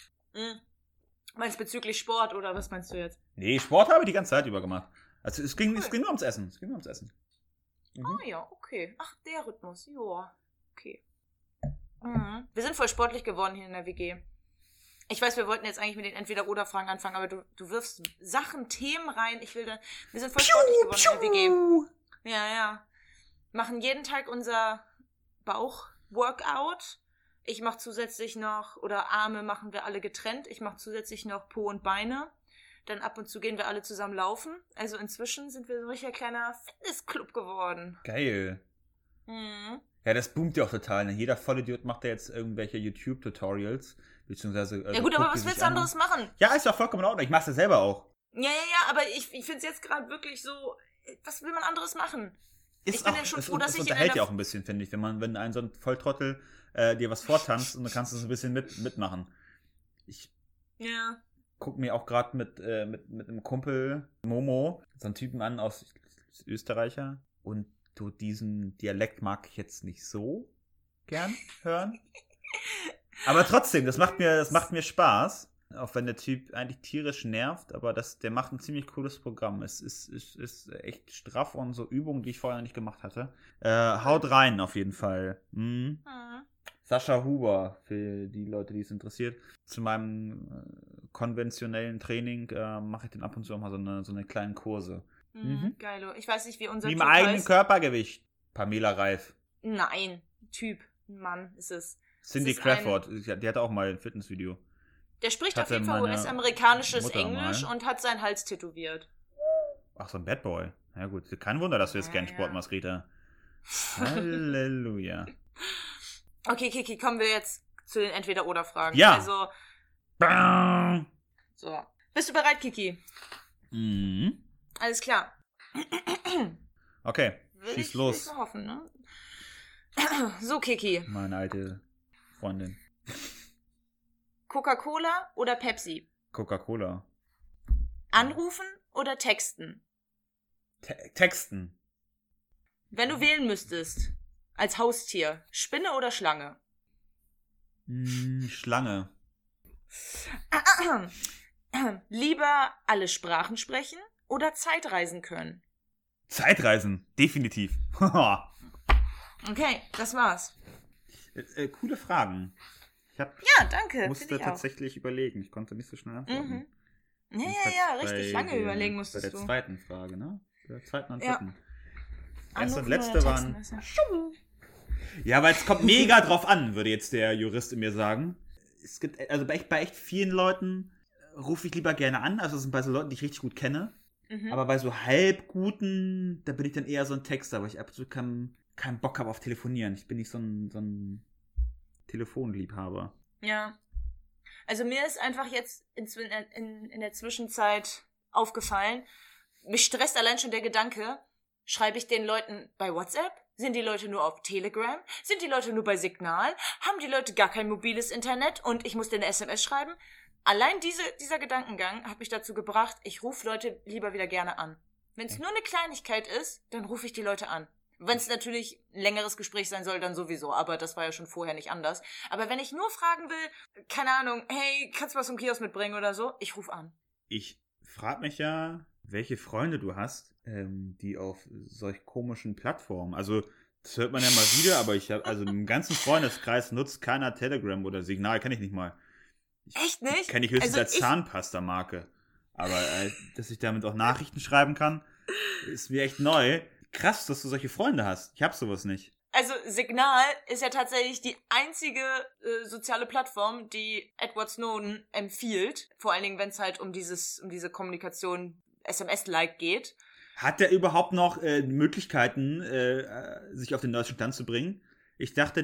Meinst du bezüglich Sport oder was meinst du jetzt? Nee, Sport habe ich die ganze Zeit über gemacht. Also es ging nur ums Essen. Ah ja, okay. Ach, der Rhythmus, ja. Okay. Wir sind voll sportlich geworden hier in der WG. Ich weiß, wir wollten jetzt eigentlich mit den Entweder-Oder-Fragen anfangen, aber du wirfst Themen rein. Wir sind voll sportlich geworden in der WG. Ja. Machen jeden Tag unser Bauch-Workout. Ich mache zusätzlich noch, oder Arme machen wir alle getrennt. Ich mache zusätzlich noch Po und Beine. Dann ab und zu gehen wir alle zusammen laufen. Also inzwischen sind wir so ein richtiger kleiner Fitnessclub geworden. Geil. Ja, das boomt ja auch total. Ne? Jeder Vollidiot macht ja jetzt irgendwelche YouTube-Tutorials. Beziehungsweise. Ja gut, aber was willst du anderes machen? Ja, ist doch vollkommen in Ordnung. Ich mach's ja selber auch. Ja, aber ich finde es jetzt gerade wirklich so, was will man anderes machen? Ich bin ja schon froh, dass ich unterhält ja auch ein bisschen, finde ich, wenn ein so ein Volltrottel dir was vortanzt und dann kannst du es ein bisschen mitmachen. Ich guck mir auch gerade mit einem Kumpel Momo so einen Typen an aus Österreicher und diesen Dialekt mag ich jetzt nicht so gern hören. Aber trotzdem, das macht mir Spaß. Auch wenn der Typ eigentlich tierisch nervt, aber der macht ein ziemlich cooles Programm. Es ist echt straff und so Übungen, die ich vorher nicht gemacht hatte. Haut rein auf jeden Fall. Sascha Huber, für die Leute, die es interessiert. Zu meinem konventionellen Training mache ich dann ab und zu auch mal so eine kleinen Kurse. Geilo. Ich weiß nicht, wie unser Typ Typ heißt. Wie im eigenen Körpergewicht. Pamela Reif. Nein, Typ. Mann ist es. Cindy Crawford, die hatte auch mal ein Fitnessvideo. Der spricht auf jeden Fall US-amerikanisches Englisch und hat seinen Hals tätowiert. Ach, so ein Bad Boy. Ja gut, kein Wunder, dass du jetzt gern Sport machst, Rita. Halleluja. Okay, kommen wir jetzt zu den Entweder-Oder-Fragen. Ja. Also, so. Bist du bereit, Kiki? Mhm. Alles klar. Okay, Will schieß ich los. mal hoffen, ne? So, Kiki. Meine alte Freundin. Coca-Cola oder Pepsi? Coca-Cola. Anrufen oder texten? Texten. Wenn du wählen müsstest, als Haustier, Spinne oder Schlange? Schlange. Lieber alle Sprachen sprechen oder Zeitreisen können? Zeitreisen, definitiv. Okay, das war's. Coole Fragen. Ja, danke. Musste Find ich auch. tatsächlich überlegen. Ich konnte nicht so schnell antworten. Mhm. Ja, richtig lange überlegen musstest du. du. Bei der zweiten Frage, ne? Bei der zweiten und Ja. dritten. Erste und Anrufen letzte oder waren... texten, das ist ja- Ja, weil es kommt mega drauf an, würde jetzt der Jurist in mir sagen. Es gibt, also bei echt vielen Leuten rufe ich lieber gerne an. Also das sind bei so Leuten, die ich richtig gut kenne. Mhm. Aber bei so halbguten, da bin ich dann eher so ein Texter, weil ich absolut keinen Bock habe auf Telefonieren. Ich bin nicht so ein Telefonliebhaber. Ja. Also mir ist einfach jetzt in der Zwischenzeit aufgefallen, mich stresst allein schon der Gedanke, schreibe ich den Leuten bei WhatsApp? Sind die Leute nur auf Telegram? Sind die Leute nur bei Signal? Haben die Leute gar kein mobiles Internet und ich muss denen eine SMS schreiben? Allein dieser Gedankengang hat mich dazu gebracht, ich rufe Leute lieber wieder gerne an. Wenn es nur eine Kleinigkeit ist, dann rufe ich die Leute an. Wenn es natürlich ein längeres Gespräch sein soll, dann sowieso. Aber das war ja schon vorher nicht anders. Aber wenn ich nur fragen will, keine Ahnung, hey, kannst du was vom Kiosk mitbringen oder so? Ich rufe an. Ich frage mich ja, welche Freunde du hast, die auf solch komischen Plattformen, also das hört man ja mal wieder, aber also im ganzen Freundeskreis nutzt keiner Telegram oder Signal, kenne ich nicht mal. Echt nicht? Kenne ich höchstens Also als Zahnpasta-Marke. Aber dass ich damit auch Nachrichten schreiben kann, ist mir echt neu. Krass, dass du solche Freunde hast. Ich hab sowas nicht. Also Signal ist ja tatsächlich die einzige soziale Plattform, die Edward Snowden empfiehlt. Vor allen Dingen, wenn es halt um diese Kommunikation SMS-like geht. Hat der überhaupt noch Möglichkeiten, sich auf den neuesten Stand zu bringen? Ich dachte,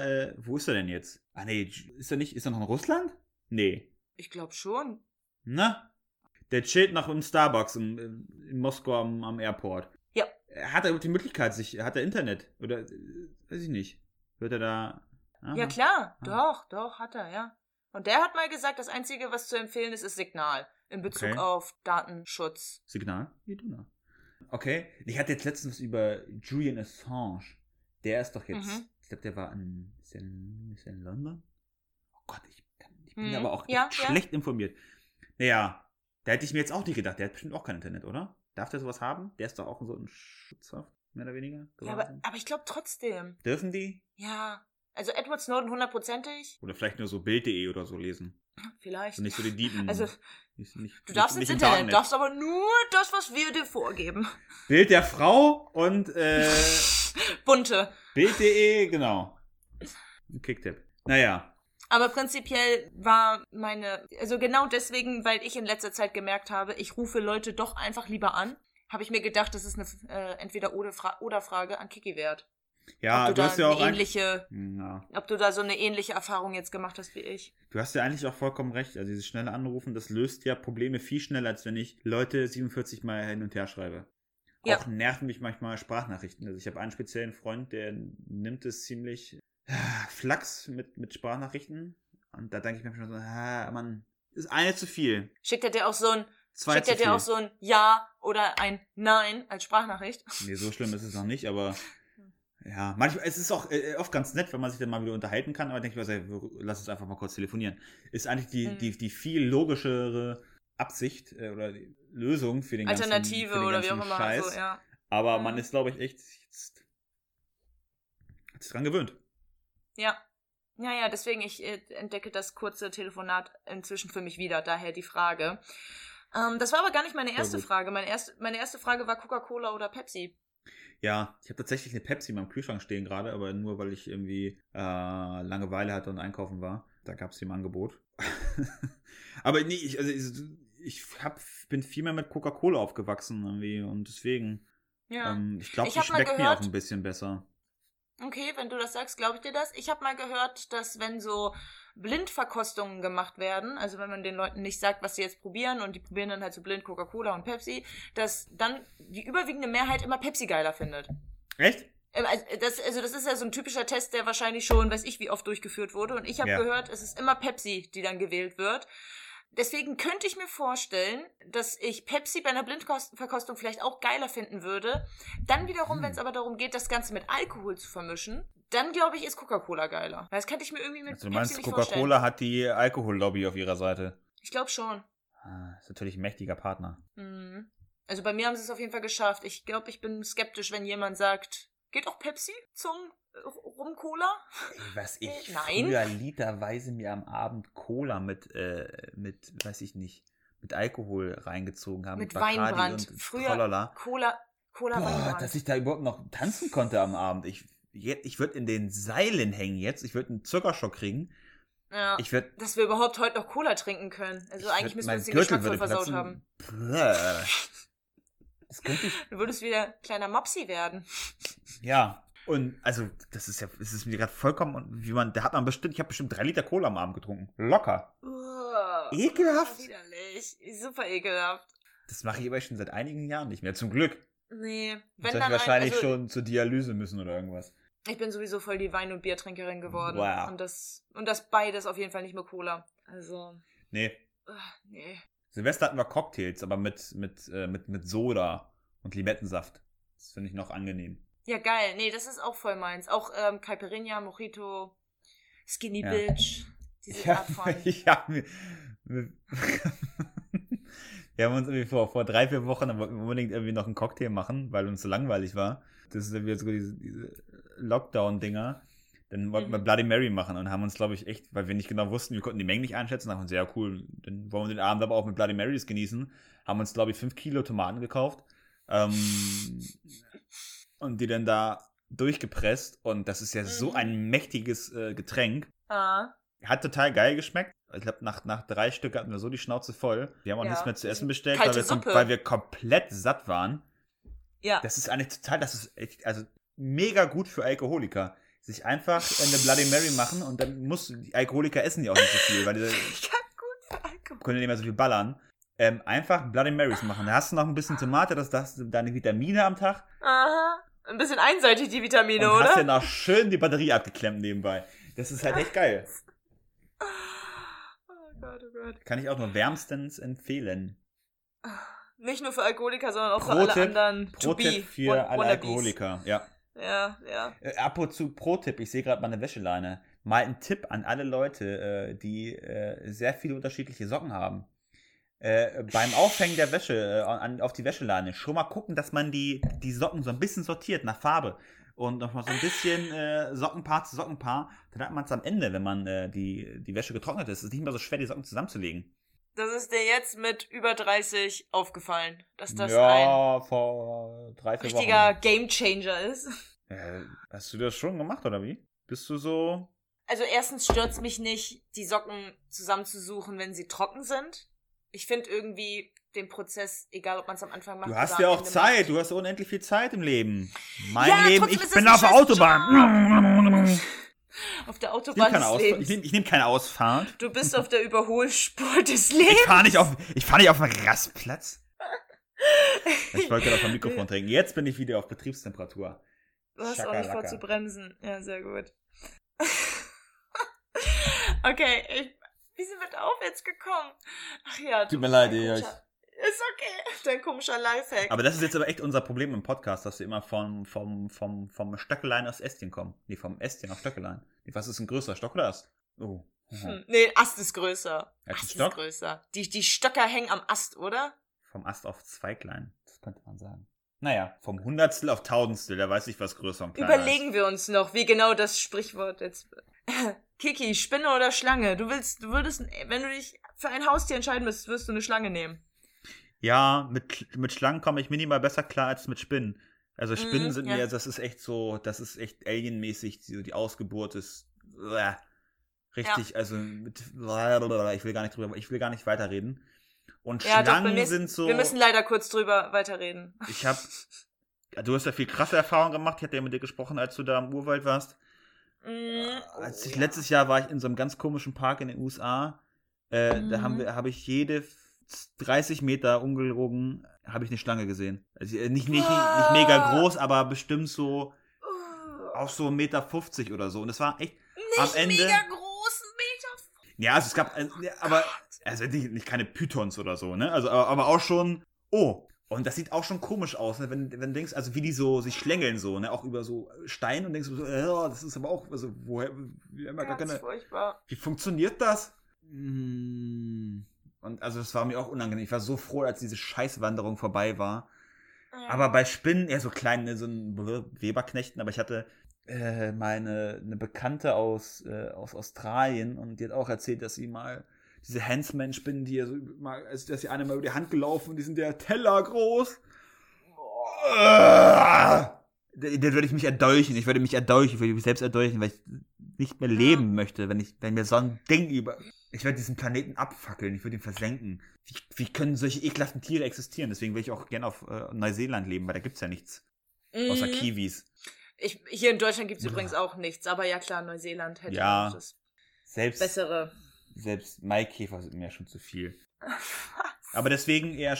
wo ist er denn jetzt? Ah nee, ist er noch in Russland? Nee. Ich glaube schon. Na? Der chillt noch im Starbucks in Moskau am Airport. Ja. Hat er die Möglichkeit, hat er Internet? Oder, weiß ich nicht. Wird er da... Aha. Ja klar, doch, hat er, ja. Und der hat mal gesagt, das Einzige, was zu empfehlen ist Signal. In Bezug auf Datenschutz. Signal? Wie du da. Okay. Ich hatte jetzt letztens über Julian Assange. Der ist doch jetzt... Ich glaube, der war ist der in London? Oh Gott, ich bin aber auch schlecht informiert. Naja, da hätte ich mir jetzt auch nicht gedacht. Der hat bestimmt auch kein Internet, oder? Darf der sowas haben? Der ist doch auch so ein Schutzhaft, mehr oder weniger. Ja, aber ich glaube trotzdem. Dürfen die? Ja. Also Edward Snowden 100%ig. Oder vielleicht nur so Bild.de oder so lesen. Vielleicht. Und nicht so die Dieben. Also, nicht, du darfst ins Internet, darfst aber nur das, was wir dir vorgeben. Bild der Frau und Bunte. Bild.de, genau. Ein Kicktipp. Naja. Aber prinzipiell war also genau deswegen, weil ich in letzter Zeit gemerkt habe, ich rufe Leute doch einfach lieber an, habe ich mir gedacht, das ist eine Entweder-oder-Frage an Kiki wert. Ja, ob du hast ja auch ob du da so eine ähnliche Erfahrung jetzt gemacht hast wie ich. Du hast ja eigentlich auch vollkommen recht. Also dieses schnelle Anrufen, das löst ja Probleme viel schneller, als wenn ich Leute 47 Mal hin und her schreibe. Ja. Auch nerven mich manchmal Sprachnachrichten. Also ich habe einen speziellen Freund, der nimmt es ziemlich flachs mit Sprachnachrichten. Und da denke ich mir schon so, Mann, ist eine zu viel. Schickt er dir auch so ein Ja oder ein Nein als Sprachnachricht? Nee, so schlimm ist es noch nicht, aber ja, manchmal, es ist auch oft ganz nett, wenn man sich dann mal wieder unterhalten kann, aber denke ich mir, lass uns einfach mal kurz telefonieren. Ist eigentlich die viel logischere Absicht oder die Lösung für den Alternative ganzen, oder wie auch immer. Scheiß. Also, ja. Aber man ist, glaube ich, echt hat sich dran gewöhnt. Ja. Ja, deswegen, ich entdecke das kurze Telefonat inzwischen für mich wieder, daher die Frage. Das war aber gar nicht meine erste Frage. Meine erste Frage war Coca-Cola oder Pepsi. Ja, ich habe tatsächlich eine Pepsi in meinem Kühlschrank stehen gerade, aber nur, weil ich irgendwie Langeweile hatte und einkaufen war. Da gab es die im Angebot. Aber nee, ich bin viel mehr mit Coca-Cola aufgewachsen irgendwie und deswegen, ich glaube, die schmeckt mir auch ein bisschen besser. Okay, wenn du das sagst, glaube ich dir das. Ich habe mal gehört, dass wenn so Blindverkostungen gemacht werden, also wenn man den Leuten nicht sagt, was sie jetzt probieren und die probieren dann halt so blind Coca-Cola und Pepsi, dass dann die überwiegende Mehrheit immer Pepsi geiler findet. Echt? Das ist ja so ein typischer Test, der wahrscheinlich schon, weiß ich, wie oft durchgeführt wurde. Und ich habe gehört, es ist immer Pepsi, die dann gewählt wird. Deswegen könnte ich mir vorstellen, dass ich Pepsi bei einer Blindverkostung vielleicht auch geiler finden würde. Dann wiederum, wenn es aber darum geht, das Ganze mit Alkohol zu vermischen, dann glaube ich, ist Coca-Cola geiler. Weil das könnte ich mir irgendwie mit Also du Pepsi meinst, nicht Coca-Cola hat die Alkohollobby auf ihrer Seite? Ich glaube schon. Ist natürlich ein mächtiger Partner. Mhm. Also bei mir haben sie es auf jeden Fall geschafft. Ich glaube, ich bin skeptisch, wenn jemand sagt, geht auch Pepsi zum Rum-Cola? Was ich früher literweise mir am Abend Cola mit weiß ich nicht, mit Alkohol reingezogen habe. Mit Weinbrand. Und früher Tralala. Cola Weinbrand. Dass ich da überhaupt noch tanzen konnte am Abend. Ich würde in den Seilen hängen jetzt. Ich würde einen Zuckerschock kriegen. Ja, dass wir überhaupt heute noch Cola trinken können. Also eigentlich müssen wir uns den Geschmack voll versaut haben. Das könnte ich. Du würdest wieder kleiner Mopsi werden. Ja. Und also, es ist mir gerade vollkommen, ich habe bestimmt 3 Liter Cola am Abend getrunken. Locker. Ekelhaft. Widerlich. Super ekelhaft. Das mache ich aber schon seit einigen Jahren nicht mehr, zum Glück. Nee. Wenn dann wahrscheinlich schon zur Dialyse müssen oder irgendwas. Ich bin sowieso voll die Wein- und Biertrinkerin geworden. Wow. Und das beides auf jeden Fall nicht mehr Cola. Also. Nee. Nee. Silvester hatten wir Cocktails, aber mit Soda und Limettensaft. Das finde ich noch angenehm. Ja, geil. Nee, das ist auch voll meins. Auch Caipirinha, Mojito, Skinny Bitch. Diese Art von. Wir haben uns irgendwie vor 3-4 Wochen unbedingt irgendwie noch einen Cocktail machen, weil uns so langweilig war. Das ist irgendwie so diese Lockdown-Dinger. Dann wollten wir Bloody Mary machen und haben uns, glaube ich, echt, weil wir nicht genau wussten, wir konnten die Mengen nicht einschätzen, haben uns ja cool, dann wollen wir den Abend aber auch mit Bloody Marys genießen. Haben uns, glaube ich, 5 Kilo Tomaten gekauft. Und die dann da durchgepresst. Und das ist ja so ein mächtiges Getränk. Hat total geil geschmeckt. Ich glaube, nach 3 Stück hatten wir so die Schnauze voll. Wir haben auch nichts mehr zu essen bestellt, weil wir komplett satt waren. Ja. Das ist echt, also mega gut für Alkoholiker. Sich einfach eine Bloody Mary machen und dann die Alkoholiker essen ja auch nicht so viel, weil die gut für Alkohol. Können nicht mehr so viel ballern. Einfach Bloody Marys machen. Da hast du noch ein bisschen Tomate, da hast du deine Vitamine am Tag. Aha. Ein bisschen einseitig die Vitamine, und oder? Hast ja noch schön die Batterie abgeklemmt nebenbei. Das ist halt echt geil. Oh Gott. Kann ich auch nur wärmstens empfehlen. Nicht nur für Alkoholiker, sondern auch für alle anderen Pro-Tipp für alle Alkoholiker, ja. Ja. Ab und zu Pro-Tipp, ich sehe gerade meine Wäscheleine. Mal ein Tipp an alle Leute, die sehr viele unterschiedliche Socken haben. Beim Aufhängen der Wäsche auf die Wäscheleine schon mal gucken, dass man die Socken so ein bisschen sortiert nach Farbe. Und nochmal so ein bisschen Sockenpaar zu Sockenpaar. Dann hat man es am Ende, wenn man die Wäsche getrocknet ist. Es ist nicht mehr so schwer, die Socken zusammenzulegen. Das ist dir jetzt mit über 30 aufgefallen, dass das vor 3-4 Wochen. Richtiger Gamechanger ist. Hast du das schon gemacht, oder wie? Bist du so... Also erstens stört's mich nicht, die Socken zusammenzusuchen, wenn sie trocken sind. Ich finde irgendwie den Prozess, egal ob man es am Anfang macht. Du hast ja auch Zeit, du hast unendlich viel Zeit im Leben. Leben, ich bin auf der Autobahn. Auf der Autobahn des Lebens. Ich nehme keine Ausfahrt. Du bist auf der Überholspur des Lebens. Ich fahr nicht auf dem Rastplatz. Ich wollte gerade auf dem Mikrofon trinken. Jetzt bin ich wieder auf Betriebstemperatur. Du hast auch nicht vor zu bremsen. Ja, sehr gut. Okay, wie sind wir darauf jetzt gekommen? Ach ja. Tut mir leid, Ist okay. Dein komischer Lifehack. Aber das ist jetzt aber echt unser Problem im Podcast, dass wir immer vom Stöckelein aufs Ästchen kommen. Nee, vom Ästchen auf Stöckelein. Was ist ein größer Stock oder Ast? Oh. Nee, Ast ist größer. Ast ist größer. Die Stöcker hängen am Ast, oder? Vom Ast auf Zweiglein. Das könnte man sagen. Naja, vom Hundertstel auf Tausendstel, da weiß ich, was größer und kleiner Überlegen wir uns noch, wie genau das Sprichwort jetzt... Kiki, Spinne oder Schlange? Du würdest, wenn du dich für ein Haustier entscheiden müsstest, wirst du eine Schlange nehmen. Ja, mit Schlangen komme ich minimal besser klar als mit Spinnen. Also Spinnen sind mir, das ist echt alienmäßig, die Ausgeburt ist richtig, also ich will gar nicht weiterreden. Und Schlangen sind so... Wir müssen leider kurz drüber weiterreden. Ich habe Du hast ja viel krasse Erfahrungen gemacht. Ich hatte ja mit dir gesprochen, als du da im Urwald warst. Letztes Jahr war ich in so einem ganz komischen Park in den USA. Da habe ich jede 30 Meter ungelogen habe ich eine Schlange gesehen. Also nicht mega groß, aber bestimmt so auch so 1,50 Meter oder so. Und das war echt am Ende. Mega groß, 1,50 Meter. Ja, also es gab, aber also nicht keine Pythons oder so, ne? Also aber auch schon. Oh. Und das sieht auch schon komisch aus, ne? Wenn du denkst, also wie die so sich schlängeln so, ne? Auch über so Stein und denkst so, das ist aber auch, also furchtbar. Wie funktioniert das? Und also das war mir auch unangenehm. Ich war so froh, als diese Scheißwanderung vorbei war. Ja. Aber bei Spinnen, eher so kleine, so ein Weberknechten, aber ich hatte eine Bekannte aus Australien und die hat auch erzählt, dass sie mal diese Handsman-Spinnen, die ja so mal, also dass sie eine mal über die Hand gelaufen und die sind der Teller groß. Der würde ich mich erdolchen. Ich würde mich selbst erdolchen, weil ich nicht mehr leben möchte, wenn mir so ein Ding ich würde diesen Planeten abfackeln, ich würde ihn versenken. Wie können solche ekelhaften Tiere existieren? Deswegen will ich auch gerne auf Neuseeland leben, weil da gibt's ja nichts. Außer Kiwis. Hier in Deutschland gibt's übrigens auch nichts, aber ja klar, Neuseeland hätte das bessere. Selbst Maikäfer sind mir schon zu viel. Aber deswegen eher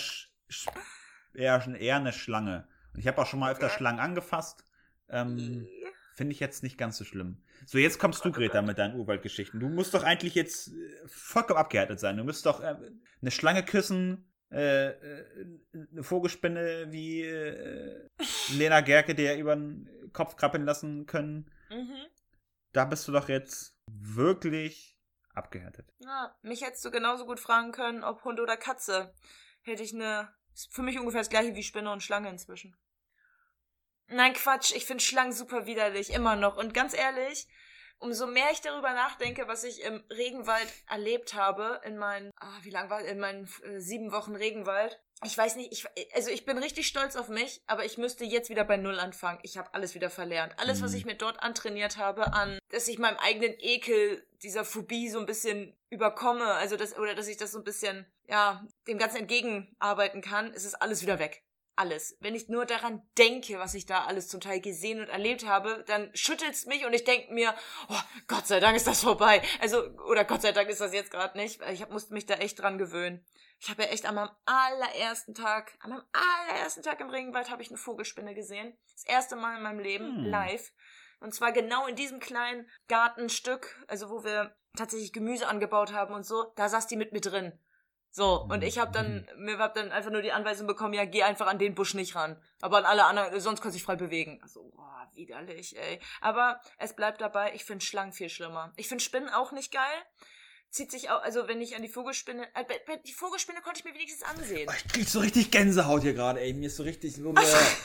eine Schlange. Und ich habe auch schon mal öfter Schlangen angefasst. Finde ich jetzt nicht ganz so schlimm. So, jetzt kommst du, Greta, mit deinen Urwaldgeschichten. Du musst doch eigentlich jetzt vollkommen abgehärtet sein. Du musst doch eine Schlange küssen, eine Vogelspinne wie Lena Gerke, der über den Kopf krabbeln lassen können. Da bist du doch jetzt wirklich abgehärtet. Ja, mich hättest du genauso gut fragen können, ob Hund oder Katze. Ist für mich ungefähr das gleiche wie Spinne und Schlange inzwischen. Nein, Quatsch, ich finde Schlangen super widerlich, immer noch. Und ganz ehrlich, umso mehr ich darüber nachdenke, was ich im Regenwald erlebt habe, in meinen 7 Wochen Regenwald. Ich weiß nicht, ich bin richtig stolz auf mich, aber ich müsste jetzt wieder bei Null anfangen. Ich habe alles wieder verlernt. Alles, was ich mir dort antrainiert habe, dass ich meinem eigenen Ekel, dieser Phobie so ein bisschen überkomme, dass ich das so ein bisschen, dem Ganzen entgegenarbeiten kann, ist es alles wieder weg. Alles. Wenn ich nur daran denke, was ich da alles zum Teil gesehen und erlebt habe, dann schüttelt's mich und ich denke mir, oh, Gott sei Dank ist das vorbei. Oder Gott sei Dank ist das jetzt gerade nicht. Ich musste mich da echt dran gewöhnen. Ich habe ja echt an meinem allerersten Tag im Regenwald habe ich eine Vogelspinne gesehen. Das erste Mal in meinem Leben live. Und zwar genau in diesem kleinen Gartenstück, also wo wir tatsächlich Gemüse angebaut haben und so, da saß die mit mir drin. So, und ich hab dann einfach nur die Anweisung bekommen, ja, geh einfach an den Busch nicht ran. Aber an alle anderen, sonst kannst du dich frei bewegen. Also, boah, widerlich, ey. Aber es bleibt dabei, ich finde Schlangen viel schlimmer. Ich finde Spinnen auch nicht geil. Zieht sich auch, also wenn ich an die Vogelspinne, die Vogelspinne konnte ich mir wenigstens ansehen. Ich krieg so richtig Gänsehaut hier gerade, ey. Mir ist so richtig so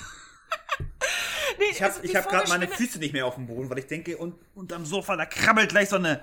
Nee, ich hab gerade meine Füße nicht mehr auf dem Boden, weil ich denke, unterm Sofa, da krabbelt gleich so eine...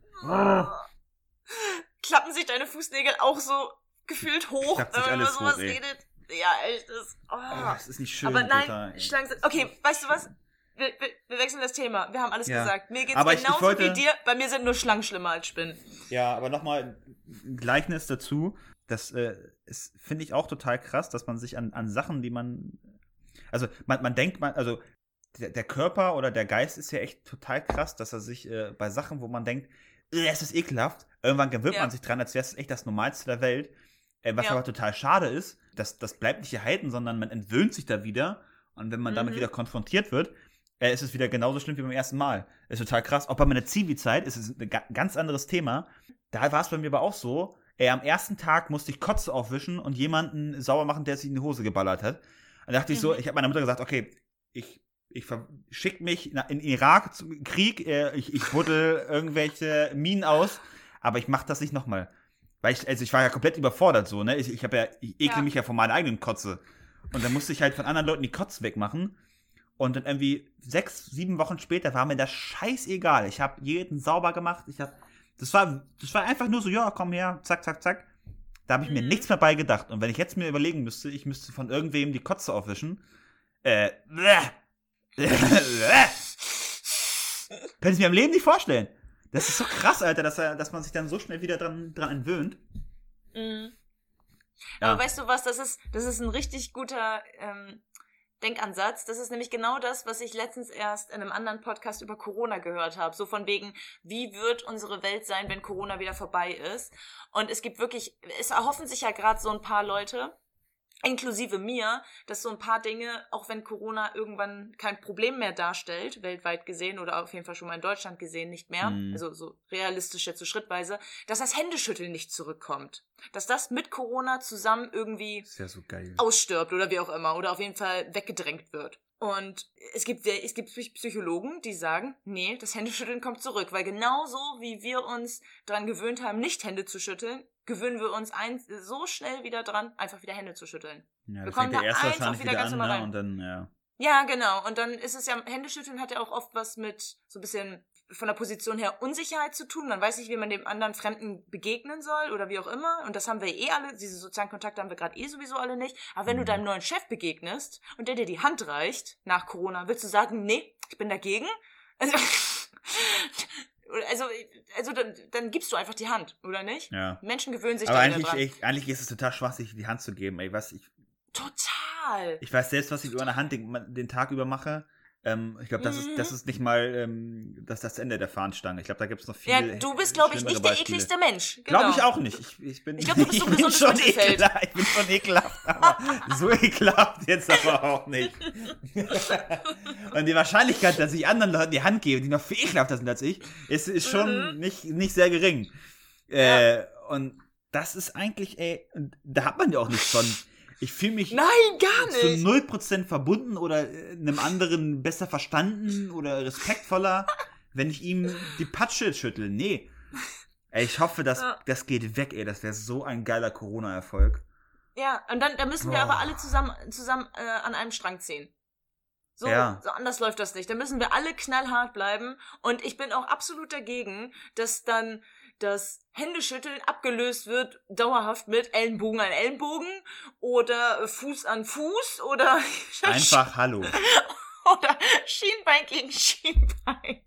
Klappen sich deine Fußnägel auch so gefühlt hoch, wenn man sowas redet? Ja, echt. Das ist nicht schön. Aber nein, Schlangen sind... Okay, weißt du was? Wir wechseln das Thema. Wir haben alles gesagt. Mir geht's genauso wie dir. Bei mir sind nur Schlangen schlimmer als Spinnen. Ja, aber nochmal ein Gleichnis dazu. Das finde ich auch total krass, dass man sich an Sachen, die man... Also man denkt, also der Körper oder der Geist ist ja echt total krass, dass er sich bei Sachen, wo man denkt, es ist ekelhaft, irgendwann gewöhnt man sich dran, als wäre es echt das Normalste der Welt. Was aber total schade ist, das bleibt nicht erhalten, sondern man entwöhnt sich da wieder. Und wenn man damit wieder konfrontiert wird, ist es wieder genauso schlimm wie beim ersten Mal. Ist total krass. Auch bei meiner Zivi-Zeit ist es ein ganz anderes Thema. Da war es bei mir aber auch so, am ersten Tag musste ich Kotze aufwischen und jemanden sauber machen, der sich in die Hose geballert hat. Und da dachte ich so, ich habe meiner Mutter gesagt, okay, ich schick mich in den Irak zum Krieg, ich buddel irgendwelche Minen aus, aber ich mach das nicht nochmal. Weil ich war ja komplett überfordert so, ne? Ich ekle mich ja von meiner eigenen Kotze. Und dann musste ich halt von anderen Leuten die Kotze wegmachen. Und dann irgendwie 6, 7 Wochen später war mir das scheißegal. Ich habe jeden sauber gemacht. Das war einfach nur so, ja, komm her, zack, zack, zack. Da habe ich mir nichts mehr bei gedacht. Und wenn ich jetzt mir überlegen müsste, ich müsste von irgendwem die Kotze aufwischen, Könnte ich mir im Leben nicht vorstellen. Das ist so krass, Alter, dass man sich dann so schnell wieder dran entwöhnt. Ja. Aber weißt du was, das ist ein richtig guter Denkansatz. Das ist nämlich genau das, was ich letztens erst in einem anderen Podcast über Corona gehört habe. So von wegen, wie wird unsere Welt sein, wenn Corona wieder vorbei ist? Und es erhoffen sich ja gerade so ein paar Leute, inklusive mir, dass so ein paar Dinge, auch wenn Corona irgendwann kein Problem mehr darstellt, weltweit gesehen oder auf jeden Fall schon mal in Deutschland gesehen nicht mehr, also so realistisch jetzt so schrittweise, dass das Händeschütteln nicht zurückkommt. Dass das mit Corona zusammen irgendwie ist ja so geil. Ausstirbt oder wie auch immer oder auf jeden Fall weggedrängt wird. Und es gibt Psychologen, die sagen, nee, das Händeschütteln kommt zurück, weil genauso wie wir uns daran gewöhnt haben, nicht Hände zu schütteln, gewöhnen wir uns so schnell wieder dran, einfach wieder Hände zu schütteln. Ja, wir kommen da erst eins auch wahrscheinlich wieder ganz normal rein. Und dann, ja. Ja, genau. Und dann ist es ja, Händeschütteln hat ja auch oft was mit so ein bisschen von der Position her Unsicherheit zu tun. Man weiß nicht, wie man dem anderen Fremden begegnen soll oder wie auch immer. Und das haben wir alle, diese sozialen Kontakte haben wir gerade sowieso alle nicht. Aber wenn du deinem neuen Chef begegnest und der dir die Hand reicht nach Corona, willst du sagen, nee, ich bin dagegen? Also dann gibst du einfach die Hand, oder nicht? Ja. Menschen gewöhnen sich aber da eigentlich, dran. eigentlich ist es total schwachsinnig, die Hand zu geben. Total. Ich weiß selbst, was ich über eine Hand den Tag über mache. Ich glaube, das ist nicht mal das Ende der Fahnenstange. Ich glaube, da gibt es noch viel. Ja, du bist, glaube ich, nicht der ekligste Mensch. Genau. Glaube ich auch nicht. Ich glaube, du bist so ein gesundes Mittelfeld. Ich bin schon ekelhaft, aber so ekelhaft jetzt aber auch nicht. Und die Wahrscheinlichkeit, dass ich anderen Leuten die Hand gebe, die noch viel ekelhafter sind als ich, ist schon nicht sehr gering. Und das ist eigentlich, da hat man ja auch nichts von. Ich fühle mich Nein, gar nicht. zu 0% verbunden oder einem anderen besser verstanden oder respektvoller, wenn ich ihm die Patsche schüttel. Nee. Ich hoffe, das geht weg, Das wäre so ein geiler Corona-Erfolg. Ja, und dann müssen wir aber alle zusammen an einem Strang ziehen. So anders läuft das nicht. Da müssen wir alle knallhart bleiben. Und ich bin auch absolut dagegen, dass dann das Händeschütteln abgelöst wird dauerhaft mit Ellenbogen an Ellenbogen oder Fuß an Fuß oder einfach Hallo. Oder Schienbein gegen Schienbein.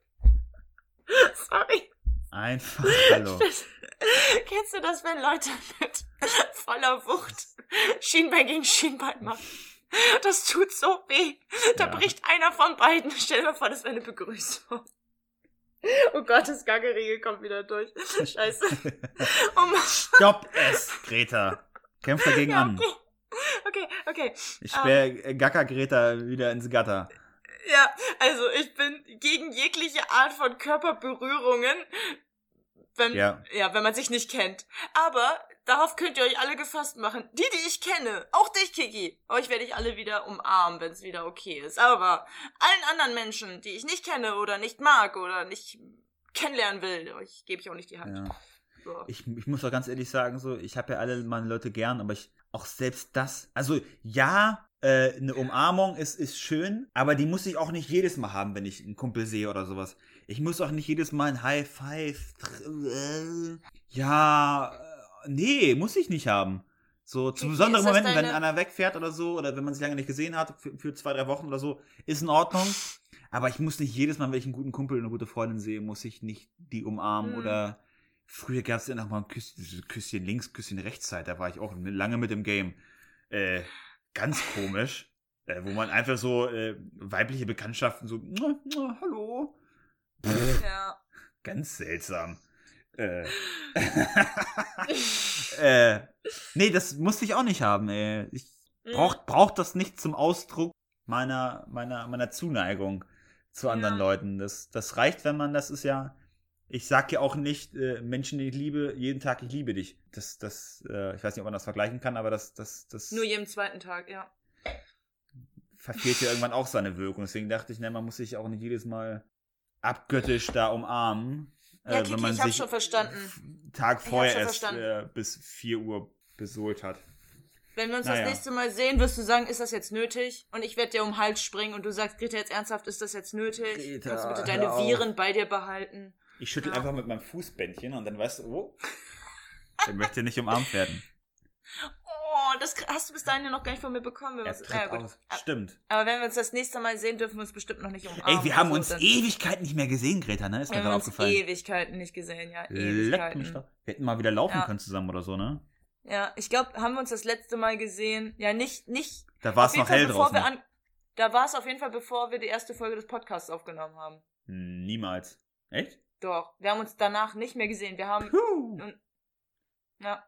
Sorry. Einfach Hallo. Kennst du das, wenn Leute mit voller Wucht Schienbein gegen Schienbein machen? Das tut so weh. Da bricht einer von beiden. Stell dir vor, das wäre eine Begrüßung. Oh Gott, das Gaggerige kommt wieder durch. Scheiße. Oh Mann. Stopp es, Greta. Kämpf dagegen an. Okay. Ich sperre Gacker-Greta wieder ins Gatter. Ja, also ich bin gegen jegliche Art von Körperberührungen, wenn man sich nicht kennt. Aber darauf könnt ihr euch alle gefasst machen. Die ich kenne, auch dich, Kiki, euch werde ich alle wieder umarmen, wenn es wieder okay ist. Aber allen anderen Menschen, die ich nicht kenne oder nicht mag oder nicht kennenlernen will, euch gebe ich auch nicht die Hand. Ja. So. Ich muss auch ganz ehrlich sagen, so, ich habe ja alle meine Leute gern, aber auch selbst das, also ja, eine Umarmung ist schön, aber die muss ich auch nicht jedes Mal haben, wenn ich einen Kumpel sehe oder sowas. Ich muss auch nicht jedes Mal ein High Five. Nee, muss ich nicht haben. So zu besonderen Momenten, wenn einer wegfährt oder so, oder wenn man sich lange nicht gesehen hat, für 2-3 Wochen oder so, ist in Ordnung. Aber ich muss nicht jedes Mal, wenn ich einen guten Kumpel oder eine gute Freundin sehe, muss ich nicht die umarmen oder früher gab es ja noch mal ein Küsschen links, Küsschen rechts Zeit, da war ich auch lange mit im Game. Ganz komisch, wo man einfach so weibliche Bekanntschaften so, hallo. Ja. Ganz seltsam. Nee, das musste ich auch nicht haben, ey. Ich brauch das nicht zum Ausdruck meiner Zuneigung zu anderen Leuten. Das reicht, wenn man, das ist ja, ich sag ja auch nicht, Menschen, die ich liebe, jeden Tag, ich liebe dich. Ich weiß nicht, ob man das vergleichen kann, aber das nur jeden zweiten Tag, ja. Verfehlt ja irgendwann auch seine Wirkung. Deswegen dachte ich, man muss sich auch nicht jedes Mal abgöttisch da umarmen. Ja, Kiki, wenn man ich hab sich schon verstanden. Tag vorher erst bis 4 Uhr besohlt hat. Wenn wir uns das nächste Mal sehen, wirst du sagen, ist das jetzt nötig? Und ich werde dir um den Hals springen und du sagst, Greta, jetzt ernsthaft, ist das jetzt nötig? Greta, kannst du bitte deine Viren bei dir behalten? Ich schüttel einfach mit meinem Fußbändchen und dann weißt du, der möchte nicht umarmt werden. Oh, das hast du bis dahin ja noch gar nicht von mir bekommen. Aus. Stimmt. Aber wenn wir uns das nächste Mal sehen, dürfen wir uns bestimmt noch nicht umarmen. Ey, wir haben uns Ewigkeiten nicht mehr gesehen, Greta, ne? Ist mir gerade aufgefallen. Ewigkeiten nicht gesehen, ja. Ewigkeiten. Wir hätten mal wieder laufen können zusammen oder so, ne? Ja, ich glaube, haben wir uns das letzte Mal gesehen. Ja, nicht. Da war es noch hell draußen. Da war es auf jeden Fall, bevor wir die erste Folge des Podcasts aufgenommen haben. Niemals. Echt? Doch. Wir haben uns danach nicht mehr gesehen. Wir haben. Ja.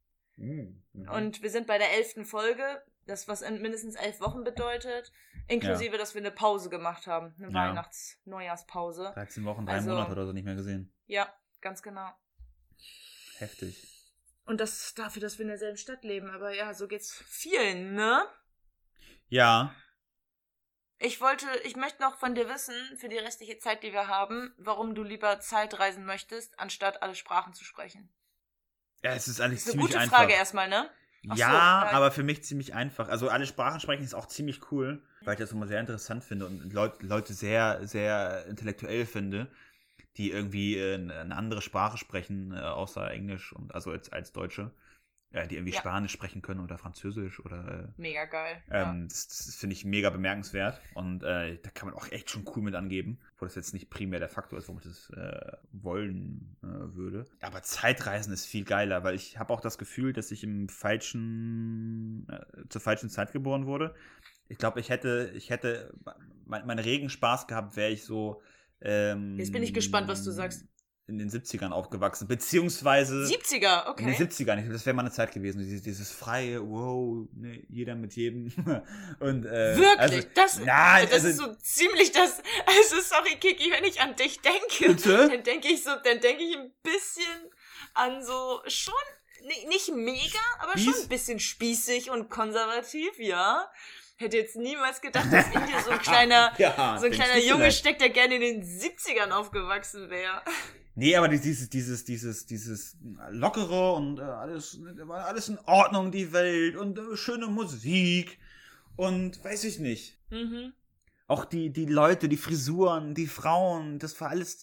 Und wir sind bei der 11. Folge. Das, was mindestens 11 Wochen bedeutet. Inklusive, dass wir eine Pause gemacht haben. Eine Weihnachts-Neujahrspause. 13 Wochen, 3 Monate oder so nicht mehr gesehen. Ja, ganz genau. Heftig. Und das dafür, dass wir in derselben Stadt leben. Aber ja, so geht's vielen, ne? Ja. Ich möchte noch von dir wissen, für die restliche Zeit, die wir haben, warum du lieber Zeitreisen möchtest, anstatt alle Sprachen zu sprechen. Ja, es ist eigentlich ziemlich einfach. Das ist eine gute einfach. Frage erstmal, ne? Aber für mich ziemlich einfach. Also alle Sprachen sprechen ist auch ziemlich cool, weil ich das immer sehr interessant finde und Leute sehr, sehr intellektuell finde, die irgendwie eine andere Sprache sprechen, außer Englisch und also als Deutsche. Die irgendwie Spanisch sprechen können oder Französisch oder... mega geil. Das finde ich mega bemerkenswert und da kann man auch echt schon cool mit angeben, wo das jetzt nicht primär der Faktor ist, warum ich das wollen würde. Aber Zeitreisen ist viel geiler, weil ich habe auch das Gefühl, dass ich zur falschen Zeit geboren wurde. Ich glaube, ich hätte meinen regen Spaß gehabt, wäre ich so... Jetzt bin ich gespannt, was du sagst. In den 70ern aufgewachsen, beziehungsweise... 70er, okay. In den 70ern, das wäre mal eine Zeit gewesen, dieses freie, wow, ne, jeder mit jedem. Und, wirklich? Also, das ist so ziemlich das... Also, sorry, Kiki, wenn ich an dich denke, bitte? dann denke ich ein bisschen an so schon, nicht mega, aber schon ein bisschen spießig und konservativ, ja. Hätte jetzt niemals gedacht, dass in dir so ein kleiner Junge steckt, der gerne in den 70ern aufgewachsen wäre. Nee, aber dieses Lockere und alles in Ordnung, die Welt und schöne Musik und weiß ich nicht. Mhm. Auch die Leute, die Frisuren, die Frauen, das war alles...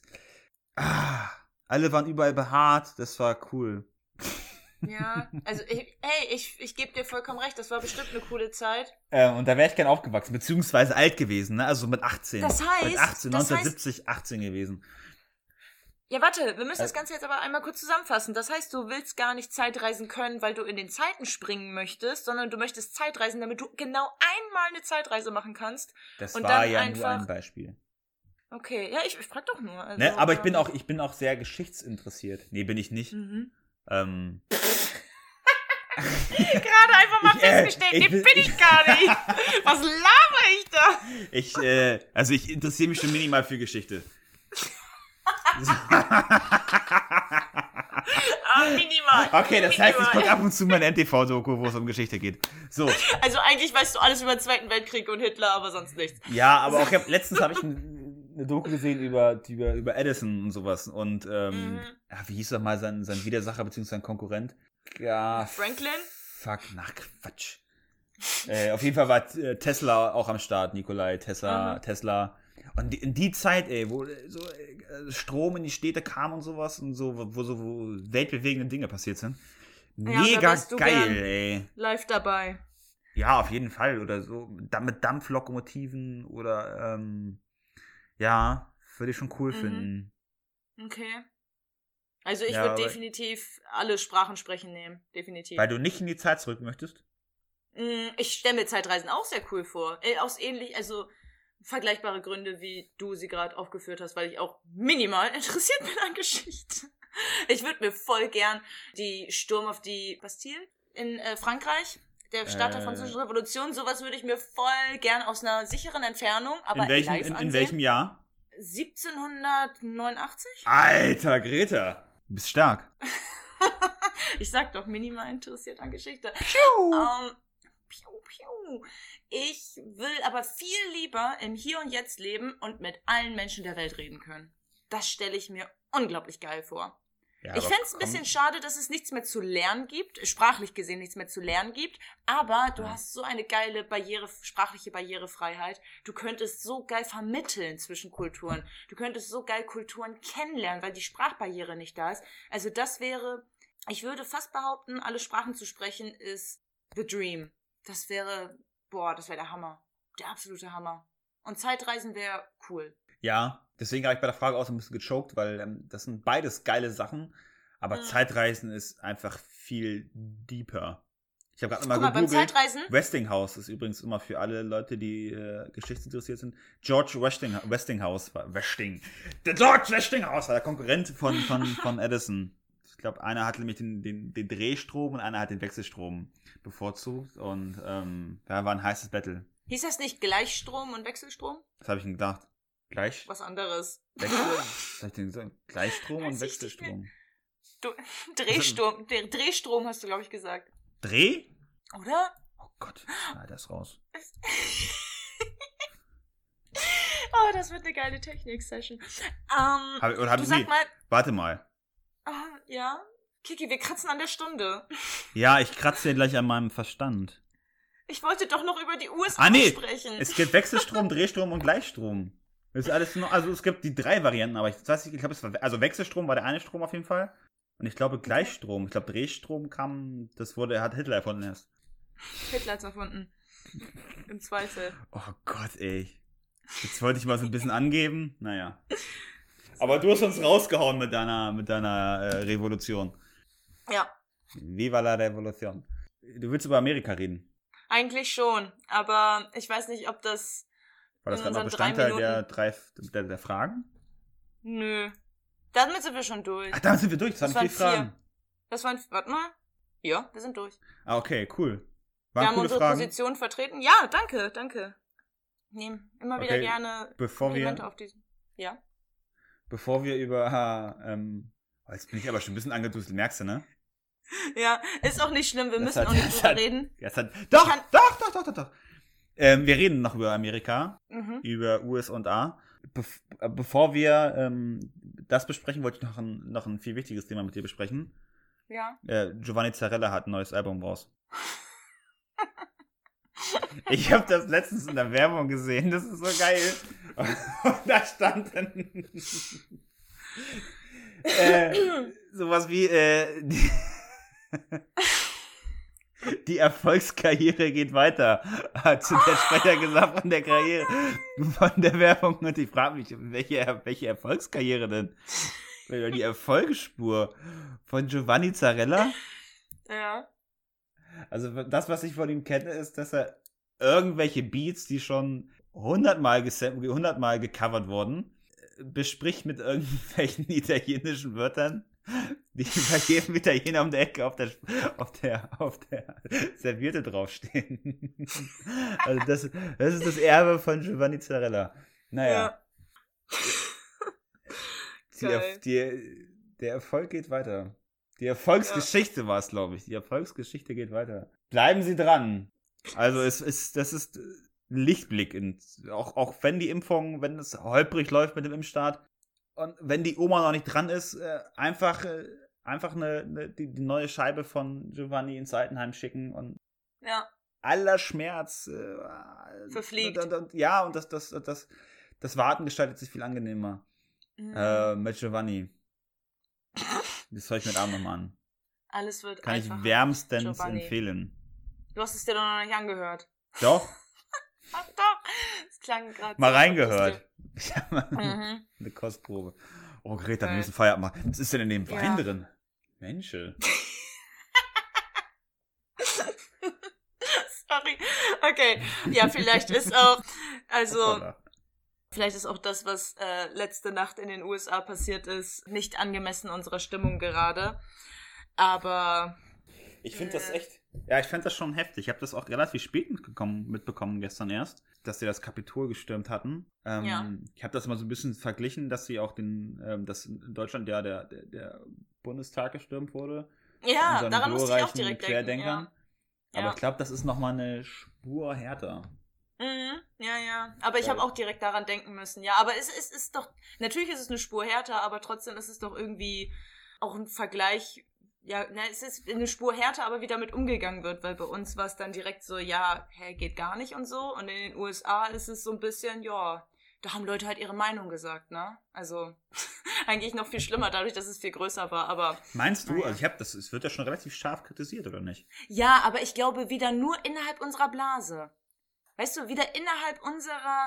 alle waren überall behaart, das war cool. Ja, also ich gebe dir vollkommen recht, das war bestimmt eine coole Zeit. Und da wäre ich gern aufgewachsen, beziehungsweise alt gewesen, ne? Also mit 18. Das heißt... Mit 1970, 18 gewesen. Ja, warte, wir müssen das Ganze jetzt aber einmal kurz zusammenfassen. Das heißt, du willst gar nicht Zeitreisen können, weil du in den Zeiten springen möchtest, sondern du möchtest Zeitreisen, damit du genau einmal eine Zeitreise machen kannst. Das und war dann ja einfach... nur ein Beispiel. Okay, ja, ich frag doch nur. Also, ne? Aber ich bin auch sehr geschichtsinteressiert. Nee, bin ich nicht. Gerade einfach mal festgestellt, bin ich gar nicht. Was laber ich da? Ich interessiere mich schon minimal für Geschichte. Minimal. Okay, das heißt, ich gucke ab und zu mal ein NTV-Doku, wo es um Geschichte geht. So. Also eigentlich weißt du alles über den Zweiten Weltkrieg und Hitler, aber sonst nichts. Ja, aber auch letztens habe ich eine Doku gesehen über Edison und sowas. Und wie hieß doch mal sein Widersacher bzw. sein Konkurrent? Ja, Franklin? Fuck, Quatsch. Auf jeden Fall war Tesla auch am Start, Nikolai Tesla. Und in die Zeit, wo so Strom in die Städte kam und sowas und so, wo so weltbewegende Dinge passiert sind. Mega geil, Live dabei. Ja, auf jeden Fall. Oder so mit Dampflokomotiven oder würde ich schon cool finden. Okay. Also ich würde definitiv alle Sprachen sprechen nehmen. Definitiv. Weil du nicht in die Zeit zurück möchtest? Ich stelle mir Zeitreisen auch sehr cool vor. Aus vergleichbare Gründe, wie du sie gerade aufgeführt hast, weil ich auch minimal interessiert bin an Geschichte. Ich würde mir voll gern die Sturm auf die Bastille in Frankreich, der Start der Französischen Revolution, sowas würde ich mir voll gern aus einer sicheren Entfernung, aber live ansehen. In welchem Jahr? 1789? Alter, Greta, du bist stark. Ich sag doch, minimal interessiert an Geschichte. Ich will aber viel lieber im Hier und Jetzt leben und mit allen Menschen der Welt reden können. Das stelle ich mir unglaublich geil vor. Ja, ich fände es ein bisschen schade, dass es nichts mehr zu lernen gibt, sprachlich gesehen nichts mehr zu lernen gibt, aber du hast so eine geile sprachliche Barrierefreiheit. Du könntest so geil vermitteln zwischen Kulturen. Du könntest so geil Kulturen kennenlernen, weil die Sprachbarriere nicht da ist. Also das wäre, ich würde fast behaupten, alle Sprachen zu sprechen ist the dream. Das wäre der Hammer. Der absolute Hammer. Und Zeitreisen wäre cool. Ja, deswegen habe ich bei der Frage auch so ein bisschen gechoked, weil das sind beides geile Sachen, aber Zeitreisen ist einfach viel deeper. Ich habe gerade mal Guck mal, beim gegoogelt. Zeitreisen? Westinghouse ist übrigens immer für alle Leute, die geschichtsinteressiert sind. George Westinghouse war Der George Westinghouse war der Konkurrent von Edison. Ich glaube, einer hat nämlich den Drehstrom und einer hat den Wechselstrom bevorzugt. Und da war ein heißes Battle. Hieß das nicht Gleichstrom und Wechselstrom? Was habe ich denn gedacht? Was anderes. Was hab ich denn gesagt? Gleichstrom und Wechselstrom. Drehstrom hast du, glaube ich, gesagt. Dreh? Oder? Oh Gott, schneid das raus. Oh, das wird eine geile Technik-Session. Warte mal. Ja? Kiki, wir kratzen an der Stunde. Ja, ich kratze dir gleich an meinem Verstand. Ich wollte doch noch über die USA sprechen. Es gibt Wechselstrom, Drehstrom und Gleichstrom. Das ist alles nur, also es gibt die 3 Varianten, aber ich glaube, also Wechselstrom war der eine Strom auf jeden Fall. Und ich glaube Gleichstrom, ich glaube Drehstrom hat Hitler erfunden erst. Hitler hat's erfunden. Im Zweifel. Oh Gott, ey. Jetzt wollte ich mal so ein bisschen angeben. Naja. Aber du hast uns rausgehauen mit deiner Revolution. Ja. Viva la Revolution. Du willst über Amerika reden? Eigentlich schon, aber ich weiß nicht, ob das war das gerade noch Bestandteil der Fragen? Nö. Damit sind wir schon durch. Ach, damit sind wir durch. Das waren 4 Fragen. Warte mal. Ja, wir sind durch. Ah, okay, cool. Wir haben unsere Position vertreten. Ja, danke. Nehmen immer wieder gerne Komplimente auf diesen. Ja. Bevor wir über jetzt bin ich aber schon ein bisschen angeduselt, merkst du, ne? Ja, ist auch nicht schlimm, wir müssen auch nicht drüber reden. Doch. Wir reden noch über Amerika, über USA. Bevor wir das besprechen, wollte ich noch ein viel wichtiges Thema mit dir besprechen. Ja. Giovanni Zarella hat ein neues Album raus. Ich habe das letztens in der Werbung gesehen, das ist so geil. Und da stand dann sowas wie die Erfolgskarriere geht weiter, hat der Sprecher gesagt von der Karriere, von der Werbung. Und ich frage mich, welche Erfolgskarriere denn? Die Erfolgsspur von Giovanni Zarella? Ja. Also das, was ich von ihm kenne, ist, dass er irgendwelche Beats, die schon 100 Mal gecovert wurden, bespricht mit irgendwelchen italienischen Wörtern, die bei jedem Italiener um der Ecke auf der Serviette draufstehen. Also das ist das Erbe von Giovanni Zarella. Naja. Ja. Der Erfolg geht weiter. Die Erfolgsgeschichte war es, glaube ich. Die Erfolgsgeschichte geht weiter. Bleiben Sie dran. Also das ist ein Lichtblick. Auch wenn die Impfung, wenn es holprig läuft mit dem Impfstart und wenn die Oma noch nicht dran ist, einfach die neue Scheibe von Giovanni ins Altenheim schicken und aller Schmerz verfliegt. Und das Warten gestaltet sich viel angenehmer. Mit Giovanni. Das höre ich mir Abend nochmal an. Alles wird Kann einfach. Ich wärmstens empfehlen. Du hast es dir doch noch nicht angehört. Doch. Ach doch. Das klang gerade. Mal reingehört. Ich habe mal eine Kostprobe. Oh, Greta, wir müssen Feierabend machen. Was ist denn in dem Wein drin? Mensch. Sorry. Okay. Ja, vielleicht ist auch. Vielleicht ist auch das, was letzte Nacht in den USA passiert ist, nicht angemessen unserer Stimmung gerade. Aber ich finde das echt. Ja, ich fand das schon heftig. Ich habe das auch relativ spät mitbekommen gestern erst, dass sie das Kapitol gestürmt hatten. Ich habe das mal so ein bisschen verglichen, dass sie auch dass in Deutschland ja der Bundestag gestürmt wurde. Ja, daran musste ich auch direkt denken. Ja. Aber ich glaube, das ist nochmal eine Spur härter. Ja. Aber ich habe auch direkt daran denken müssen. Ja, aber es ist doch, natürlich ist es eine Spur härter, aber trotzdem ist es doch irgendwie auch ein Vergleich. Ja, es ist eine Spur härter, aber wie damit umgegangen wird, weil bei uns war es dann direkt so, geht gar nicht und so. Und in den USA ist es so ein bisschen, da haben Leute halt ihre Meinung gesagt, ne? Also eigentlich noch viel schlimmer, dadurch, dass es viel größer war, aber... Meinst du? Also es wird ja schon relativ scharf kritisiert, oder nicht? Ja, aber ich glaube wieder nur innerhalb unserer Blase. Weißt du, wieder innerhalb unserer,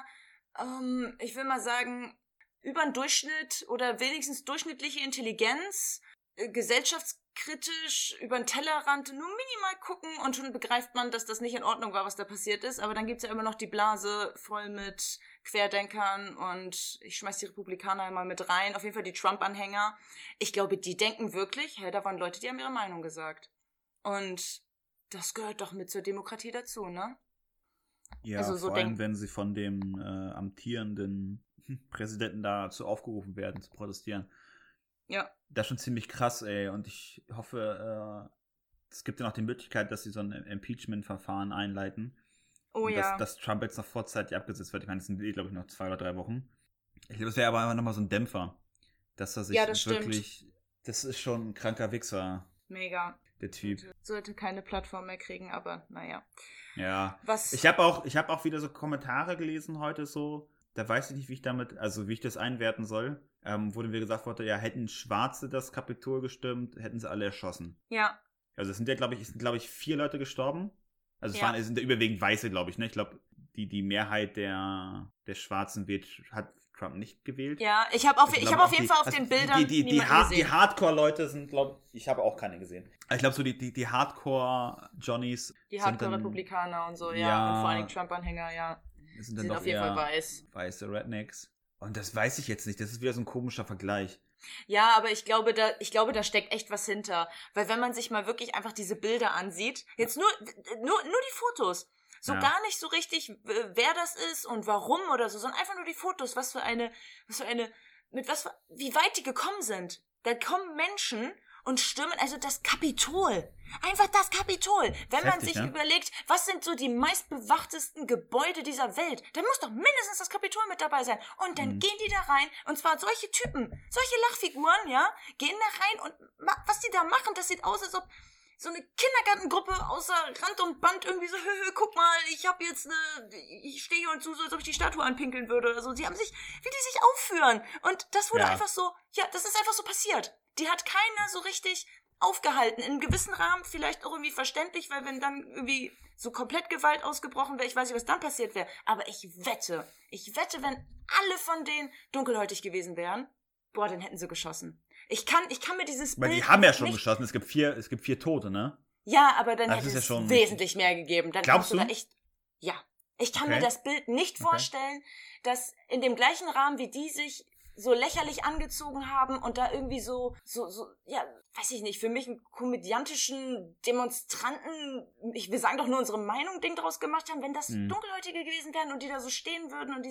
ich will mal sagen, über den Durchschnitt oder wenigstens durchschnittliche Intelligenz gesellschaftskritisch über den Tellerrand nur minimal gucken und schon begreift man, dass das nicht in Ordnung war, was da passiert ist. Aber dann gibt's ja immer noch die Blase voll mit Querdenkern und ich schmeiß die Republikaner mal mit rein. Auf jeden Fall die Trump-Anhänger. Ich glaube, die denken wirklich, da waren Leute, die haben ihre Meinung gesagt. Und das gehört doch mit zur Demokratie dazu, ne? Ja, also so vor allem, wenn sie von dem amtierenden Präsidenten dazu aufgerufen werden, zu protestieren. Ja. Das ist schon ziemlich krass, ey. Und ich hoffe, es gibt ja noch die Möglichkeit, dass sie so ein Impeachment-Verfahren einleiten. Oh ja. Dass Trump jetzt noch vorzeitig abgesetzt wird. Ich meine, es sind glaube ich, noch 2 oder 3 Wochen. Ich glaube, das wäre aber einfach nochmal so ein Dämpfer. Dass er sich wirklich... Stimmt. Das ist schon ein kranker Wichser. Mega. Der Typ. Sollte keine Plattform mehr kriegen, aber naja. Ja. Ich habe auch wieder so Kommentare gelesen heute so. Da weiß ich nicht, wie ich das einwerten soll. Wo mir gesagt wurde, ja, hätten Schwarze das Kapitol gestimmt, hätten sie alle erschossen. Ja. Also es sind ja, glaube ich, 4 Leute gestorben. Also es sind ja überwiegend Weiße, glaube ich, ne? Ich glaube, die Mehrheit der Schwarzen hat Trump nicht gewählt. Ja, ich habe auf jeden Fall auf den Bildern die Hardcore-Leute sind, glaube ich habe auch keine gesehen. Ich glaube, so die Hardcore-Johnnies. Die Hardcore-Republikaner und so, ja. Und vor allem Trump-Anhänger, ja. Sind auf jeden Fall weiß. Weiße Rednecks. Und das weiß ich jetzt nicht. Das ist wieder so ein komischer Vergleich. Ja, aber ich glaube, da steckt echt was hinter. Weil wenn man sich mal wirklich einfach diese Bilder ansieht, jetzt nur die Fotos, so gar nicht so richtig, wer das ist und warum oder so, sondern einfach nur die Fotos, wie weit die gekommen sind. Da kommen Menschen und stürmen, also das Kapitol. Einfach das Kapitol. Wenn man sich überlegt, was sind so die meistbewachtesten Gebäude dieser Welt, dann muss doch mindestens das Kapitol mit dabei sein. Und dann gehen die da rein, und zwar solche Typen, solche Lachfiguren, ja, gehen da rein und was die da machen, das sieht aus, als ob so eine Kindergartengruppe außer Rand und Band irgendwie so, guck mal, ich stehe hier und so, als ob ich die Statue anpinkeln würde oder so. Wie die sich aufführen. Und das wurde einfach so, das ist einfach so passiert. Die hat keiner so richtig aufgehalten. In einem gewissen Rahmen vielleicht auch irgendwie verständlich, weil wenn dann irgendwie so komplett Gewalt ausgebrochen wäre, ich weiß nicht, was dann passiert wäre. Aber ich wette, wenn alle von denen dunkelhäutig gewesen wären, dann hätten sie geschossen. Ich kann mir dieses Bild. Weil die haben ja schon geschossen, es gibt 4 Tote, ne? Ja, aber dann hätte es wesentlich mehr gegeben. Dann glaubst du? Ja. Ich kann mir das Bild nicht vorstellen, dass in dem gleichen Rahmen, wie die sich so lächerlich angezogen haben und da irgendwie so, weiß ich nicht, für mich einen komödiantischen Demonstranten, wir sagen doch nur unsere Meinung, Ding draus gemacht haben, wenn das Dunkelhäutige gewesen wären und die da so stehen würden und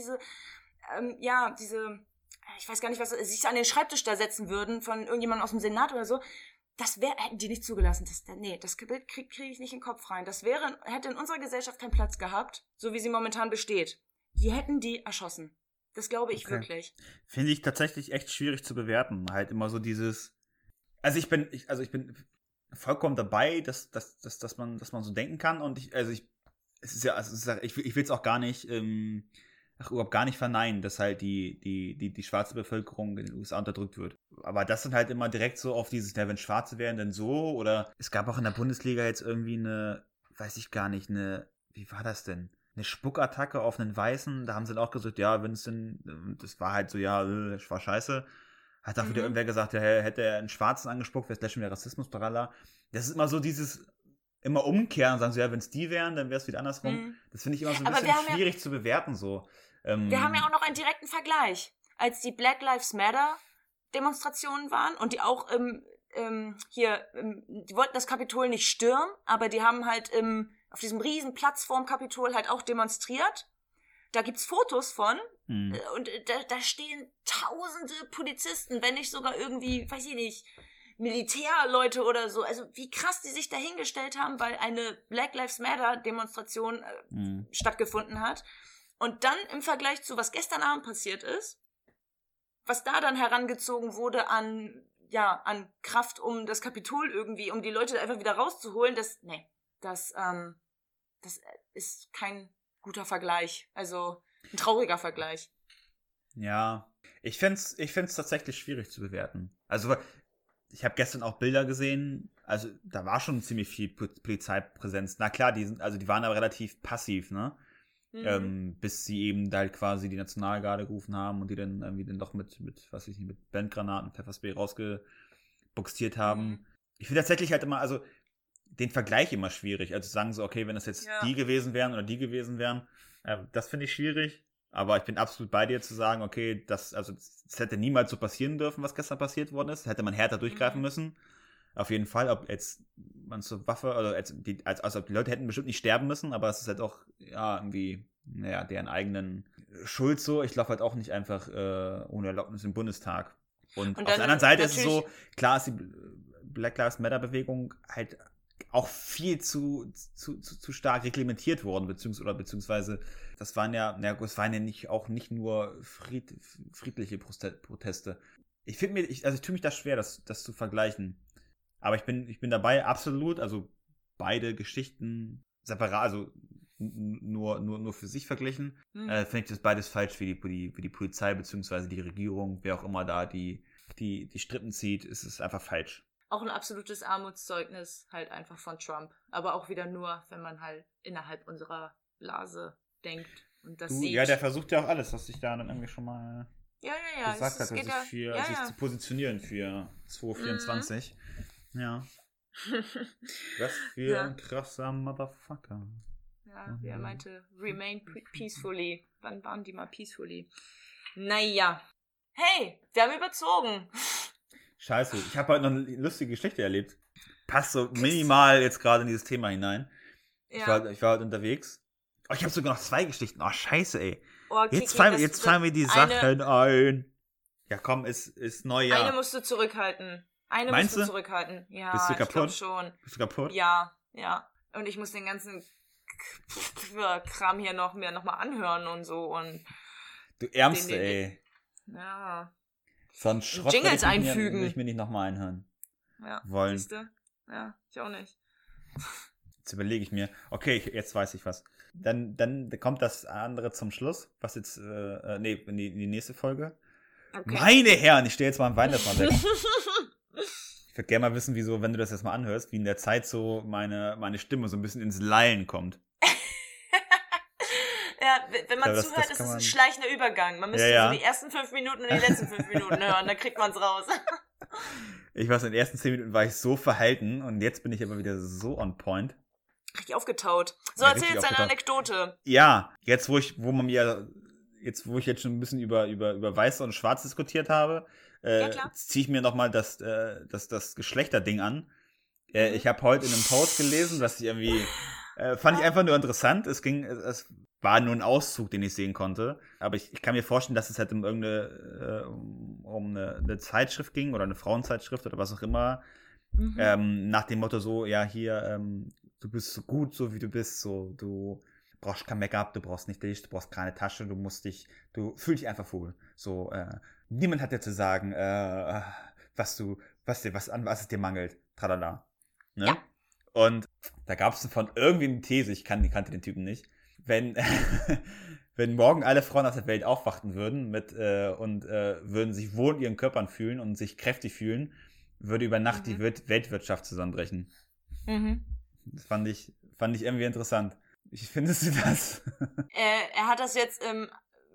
ich weiß gar nicht, was, sich an den Schreibtisch da setzen würden von irgendjemandem aus dem Senat oder so, hätten die nicht zugelassen. Das Bild kriege ich nicht in den Kopf rein. Das hätte in unserer Gesellschaft keinen Platz gehabt, so wie sie momentan besteht. Die hätten die erschossen. Das glaube ich wirklich. Finde ich tatsächlich echt schwierig zu bewerten. Halt immer so dieses, ich bin vollkommen dabei, dass man so denken kann und ich will es auch gar nicht, überhaupt gar nicht verneinen, dass halt die schwarze Bevölkerung in den USA unterdrückt wird. Aber das sind halt immer direkt so auf dieses, wenn Schwarze wären, dann so, oder es gab auch in der Bundesliga jetzt irgendwie wie war das denn? Eine Spuckattacke auf einen Weißen, da haben sie dann auch gesagt, ja, das war halt so, das war scheiße. Hat auch wieder irgendwer gesagt, ja, hätte er einen Schwarzen angespuckt, wäre es gleich schon wieder Rassismus, bralla. Das ist immer so dieses, immer umkehren und sagen so, ja, wenn es die wären, dann wäre es wieder andersrum. Das finde ich immer so ein bisschen schwierig zu bewerten, so. Wir haben ja auch noch einen direkten Vergleich. Als die Black Lives Matter Demonstrationen waren und die auch die wollten das Kapitol nicht stürmen, aber die haben halt auf diesem riesen Platz vorm Kapitol halt auch demonstriert. Da gibt's Fotos von und da stehen tausende Polizisten, wenn nicht sogar irgendwie, weiß ich nicht, Militärleute oder so. Also wie krass die sich dahingestellt haben, weil eine Black Lives Matter Demonstration stattgefunden hat. Und dann im Vergleich zu was gestern Abend passiert ist, was da dann herangezogen wurde an Kraft, um das Kapitol irgendwie, um die Leute einfach wieder rauszuholen, das ist kein guter Vergleich. Also ein trauriger Vergleich. Ja, ich find's tatsächlich schwierig zu bewerten. Also ich habe gestern auch Bilder gesehen, also da war schon ziemlich viel Polizeipräsenz. Na klar, die waren aber relativ passiv, ne? Bis sie eben da halt quasi die Nationalgarde gerufen haben und die dann irgendwie dann doch mit Bandgranaten, Pfefferspray buxiert haben. Ich finde tatsächlich halt immer, also den Vergleich immer schwierig. Also sagen so, okay, wenn das jetzt die gewesen wären oder die gewesen wären, das finde ich schwierig. Aber ich bin absolut bei dir zu sagen, okay, das hätte niemals so passieren dürfen, was gestern passiert worden ist. Hätte man härter durchgreifen müssen. Auf jeden Fall, ob jetzt man zur Waffe, oder als ob die Leute hätten bestimmt nicht sterben müssen, aber es ist halt auch, irgendwie, deren eigenen Schuld so. Ich laufe halt auch nicht einfach ohne Erlaubnis im Bundestag. Und auf der anderen Seite ist es so, klar ist die Black Lives Matter Bewegung halt auch viel zu stark reglementiert worden, beziehungsweise das waren ja nicht nur friedliche Proteste. Ich tue mich da schwer, das zu vergleichen. Aber ich bin dabei, absolut, also beide Geschichten separat, also nur für sich verglichen, finde ich das beides falsch, wie die Polizei beziehungsweise die Regierung, wer auch immer da die Strippen zieht, ist es einfach falsch. Auch ein absolutes Armutszeugnis halt einfach von Trump. Aber auch wieder nur, wenn man halt innerhalb unserer Blase denkt und das sieht. Ja, der versucht ja auch alles, was ich da dann irgendwie schon mal gesagt hat, sich zu positionieren für 2024. Ja. Was für ein krasser Motherfucker. Ja, wie er meinte, remain peacefully. Wann waren die mal peacefully? Naja. Hey, wir haben überzogen. Scheiße, ich habe heute noch eine lustige Geschichte erlebt. Passt so minimal jetzt gerade in dieses Thema hinein. Ja. Ich war heute unterwegs. Oh, ich habe sogar noch 2 Geschichten. Oh, scheiße, ey. Jetzt fallen mir die Sachen ein. Ja, komm, ist Neujahr. Eine musst du zurückhalten. Meinst du? Zurückhalten. Ja, bist du kaputt? Ich glaub schon. Bist du kaputt? Ja. Und ich muss den ganzen Kram hier noch mal anhören und so. Und du Ärmste, ey. Ja. So ein Schrott Jingles einfügen. Will ich mir nicht nochmal einhören. Ja, wollen. Siehste? Ja, ich auch nicht. Jetzt überlege ich mir, okay, jetzt weiß ich was. Dann kommt das andere zum Schluss, was jetzt, in die nächste Folge. Okay. Meine Herren, ich stehe jetzt mal im Wein, das mal weg. Ich würde gerne mal wissen, wieso, wenn du das jetzt mal anhörst, wie in der Zeit so meine Stimme so ein bisschen ins Lallen kommt. Ja, wenn man zuhört, ist es ein schleichender Übergang. Man müsste so die ersten 5 Minuten und die letzten 5 Minuten hören, dann kriegt man es raus. Ich weiß, in den ersten 10 Minuten war ich so verhalten und jetzt bin ich aber wieder so on point. Richtig aufgetaut. So, erzähl jetzt deine Anekdote. Ja, jetzt wo ich jetzt schon ein bisschen über Weiß und Schwarz diskutiert habe, ziehe ich mir nochmal das Geschlechterding an. Ich habe heute in einem Post gelesen, was ich irgendwie fand ich einfach nur interessant. Es war nur ein Auszug, den ich sehen konnte. Aber ich kann mir vorstellen, dass es halt um eine Zeitschrift ging oder eine Frauenzeitschrift oder was auch immer. Nach dem Motto so, ja, hier, du bist so gut, so wie du bist. So, du brauchst kein Make-up, du brauchst nicht Licht, du brauchst keine Tasche, du fühl dich einfach wohl. So, niemand hat dir zu sagen, was es dir mangelt. Tralala. Ne? Ja. Und da gab es von irgendwie eine These, ich kannte den Typen nicht, wenn morgen alle Frauen auf der Welt aufwachten würden würden sich wohl in ihren Körpern fühlen und sich kräftig fühlen, würde über Nacht die Weltwirtschaft zusammenbrechen. Das fand ich irgendwie interessant. Wie findest du das? Er hat das jetzt im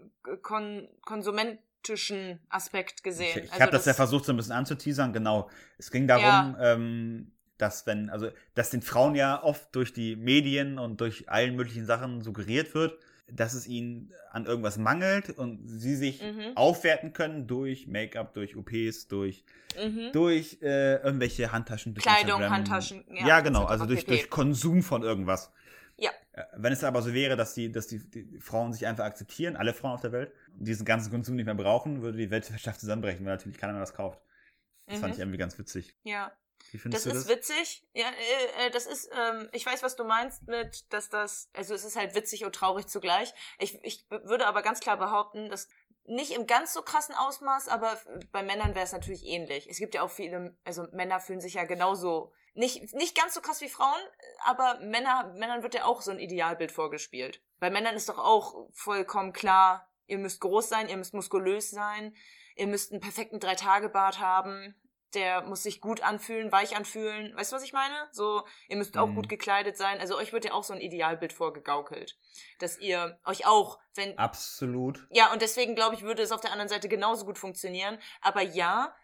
konsumentischen Aspekt gesehen. Ich habe das ja versucht so ein bisschen anzuteasern, genau. Es ging darum, dass den Frauen ja oft durch die Medien und durch allen möglichen Sachen suggeriert wird, dass es ihnen an irgendwas mangelt und sie sich aufwerten können durch Make-up, durch OPs, durch irgendwelche Handtaschen. Durch Kleidung, Instagram. Handtaschen. Ja, genau, also durch Konsum von irgendwas. Ja. Wenn es aber so wäre, dass die Frauen sich einfach akzeptieren, alle Frauen auf der Welt, und diesen ganzen Konsum nicht mehr brauchen, würde die Weltwirtschaft zusammenbrechen, weil natürlich keiner mehr das kauft. Das fand ich irgendwie ganz witzig. Ja. Wie findest du das? Das ist witzig. Ja, das ist, ich weiß, was du meinst mit, also es ist halt witzig und traurig zugleich. Ich würde aber ganz klar behaupten, dass nicht im ganz so krassen Ausmaß, aber bei Männern wäre es natürlich ähnlich. Es gibt ja auch viele, also Männer fühlen sich ja genauso, nicht ganz so krass wie Frauen, aber Männern wird ja auch so ein Idealbild vorgespielt. Bei Männern ist doch auch vollkommen klar, ihr müsst groß sein, ihr müsst muskulös sein, ihr müsst einen perfekten 3-Tage-Bart haben, der muss sich gut anfühlen, weich anfühlen. Weißt du, was ich meine? So, ihr müsst auch gut gekleidet sein. Also euch wird ja auch so ein Idealbild vorgegaukelt. Dass ihr euch auch, Absolut. Ja, und deswegen, glaube ich, würde es auf der anderen Seite genauso gut funktionieren. Aber ja,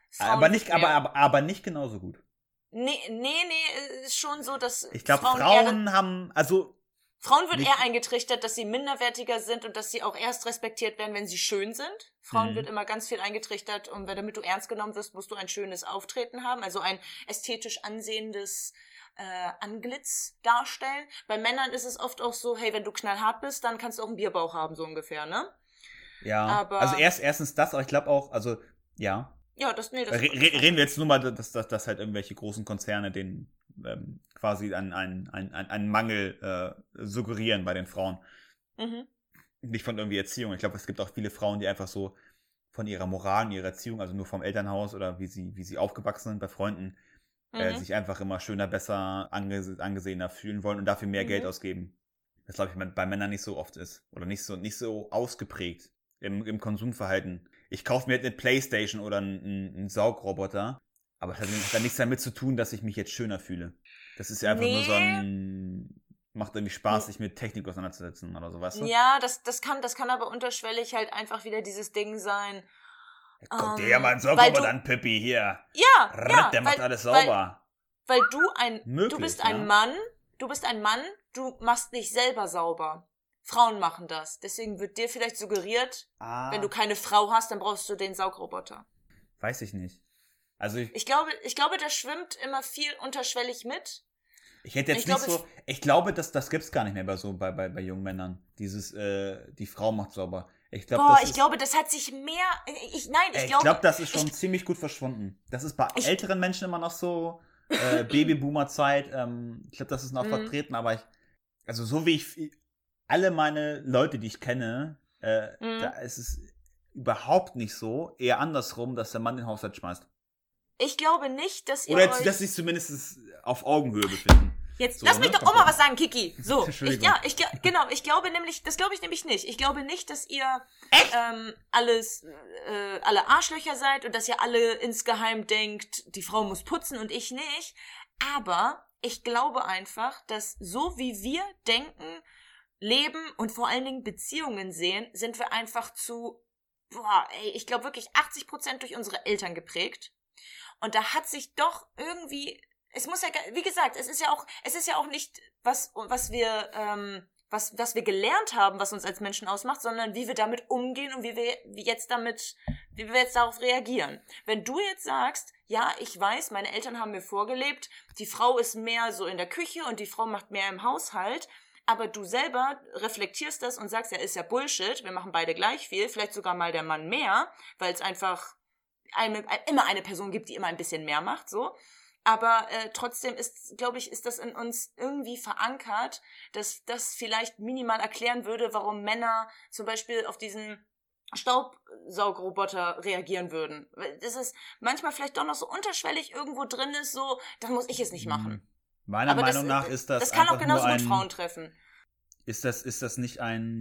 Aber nicht genauso gut. Nee, ist schon so, dass ich glaube, Frauen haben, also Frauen wird eher eingetrichtert, dass sie minderwertiger sind und dass sie auch erst respektiert werden, wenn sie schön sind. Frauen wird immer ganz viel eingetrichtert und damit du ernst genommen wirst, musst du ein schönes Auftreten haben, also ein ästhetisch ansehendes Anglitz darstellen. Bei Männern ist es oft auch so, hey, wenn du knallhart bist, dann kannst du auch einen Bierbauch haben, so ungefähr, ne? Ja, aber also erstens das, aber ich glaube auch, also, ja. Ja, das reden wir jetzt nur mal, dass halt irgendwelche großen Konzerne den quasi einen Mangel suggerieren bei den Frauen. Mhm. Nicht von irgendwie Erziehung. Ich glaube, es gibt auch viele Frauen, die einfach so von ihrer Moral, ihrer Erziehung, also nur vom Elternhaus oder wie sie aufgewachsen sind bei Freunden, sich einfach immer schöner, besser angesehener fühlen wollen und dafür mehr Geld ausgeben. Das, glaube ich, bei Männern nicht so oft ist. Oder nicht so ausgeprägt im Konsumverhalten. Ich kaufe mir jetzt eine Playstation oder einen Saugroboter, aber das hat dann nichts damit zu tun, dass ich mich jetzt schöner fühle. Das ist ja einfach nur so ein... Macht irgendwie Spaß, sich mit Technik auseinanderzusetzen oder so, weißt du? Ja, das kann aber unterschwellig halt einfach wieder dieses Ding sein. Guck dir ja mal einen Saugroboter an, Pippi, hier. Ja, der macht alles sauber. Weil du bist ein Mann, du machst dich selber sauber. Frauen machen das. Deswegen wird dir vielleicht suggeriert, wenn du keine Frau hast, dann brauchst du den Saugroboter. Weiß ich nicht. Also ich glaube, das schwimmt immer viel unterschwellig mit. Ich glaube, das gibt's gar nicht mehr bei jungen Männern. Dieses, die Frau macht sauber. Ich glaube, das hat sich mehr, ich glaube, das ist schon ziemlich gut verschwunden. Das ist bei älteren Menschen immer noch so, Babyboomer-Zeit, ich glaube, das ist noch vertreten, aber also so wie ich alle meine Leute, die ich kenne, da ist es überhaupt nicht so, eher andersrum, dass der Mann den Haushalt schmeißt. Ich glaube nicht, dass ihr Oder dass sie sich zumindest auf Augenhöhe befinden. Jetzt lass mich doch auch mal was sagen, Kiki. So, ich glaube nämlich, das glaube ich nämlich nicht. Ich glaube nicht, dass ihr alle Arschlöcher seid und dass ihr alle insgeheim denkt, die Frau muss putzen und ich nicht. Aber ich glaube einfach, dass so wie wir denken, leben und vor allen Dingen Beziehungen sehen, sind wir einfach ich glaube wirklich 80% durch unsere Eltern geprägt. Und da hat sich doch irgendwie, es muss ja, wie gesagt, es ist ja auch nicht was wir gelernt haben, was uns als Menschen ausmacht, sondern wie wir damit umgehen und wie wir jetzt darauf reagieren. Wenn du jetzt sagst, ja, ich weiß, meine Eltern haben mir vorgelebt, die Frau ist mehr so in der Küche und die Frau macht mehr im Haushalt, aber du selber reflektierst das und sagst, ja, ist ja Bullshit, wir machen beide gleich viel, vielleicht sogar mal der Mann mehr, weil es einfach immer eine Person gibt, die immer ein bisschen mehr macht, so. Aber trotzdem glaube ich, ist das in uns irgendwie verankert, dass das vielleicht minimal erklären würde, warum Männer zum Beispiel auf diesen Staubsaugroboter reagieren würden. Das ist manchmal vielleicht doch noch so unterschwellig irgendwo drin ist, so, dann muss ich es nicht machen. Meiner Meinung nach ist das. Das kann auch genauso gut Frauen treffen. Ist das nicht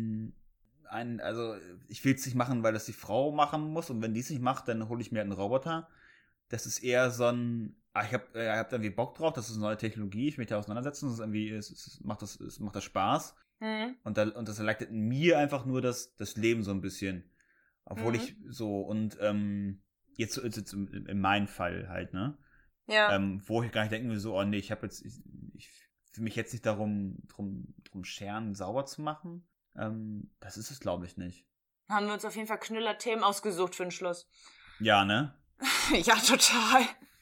also ich will es nicht machen, weil das die Frau machen muss und wenn die es nicht macht, dann hole ich mir einen Roboter. Das ist eher so ein, ich hab irgendwie Bock drauf, das ist eine neue Technologie, ich möchte da auseinandersetzen, das ist irgendwie, macht das Spaß. Und das erleichtert mir einfach nur das Leben so ein bisschen. Obwohl ich so, und jetzt in meinem Fall halt, ne? Ja. Wo ich gar nicht denken will, so, oh nee, ich will mich jetzt nicht drum scheren, sauber zu machen. Das ist es, glaube ich, nicht. Haben wir uns auf jeden Fall Knüller-Themen ausgesucht für den Schluss. Ja, ne? Ja, total.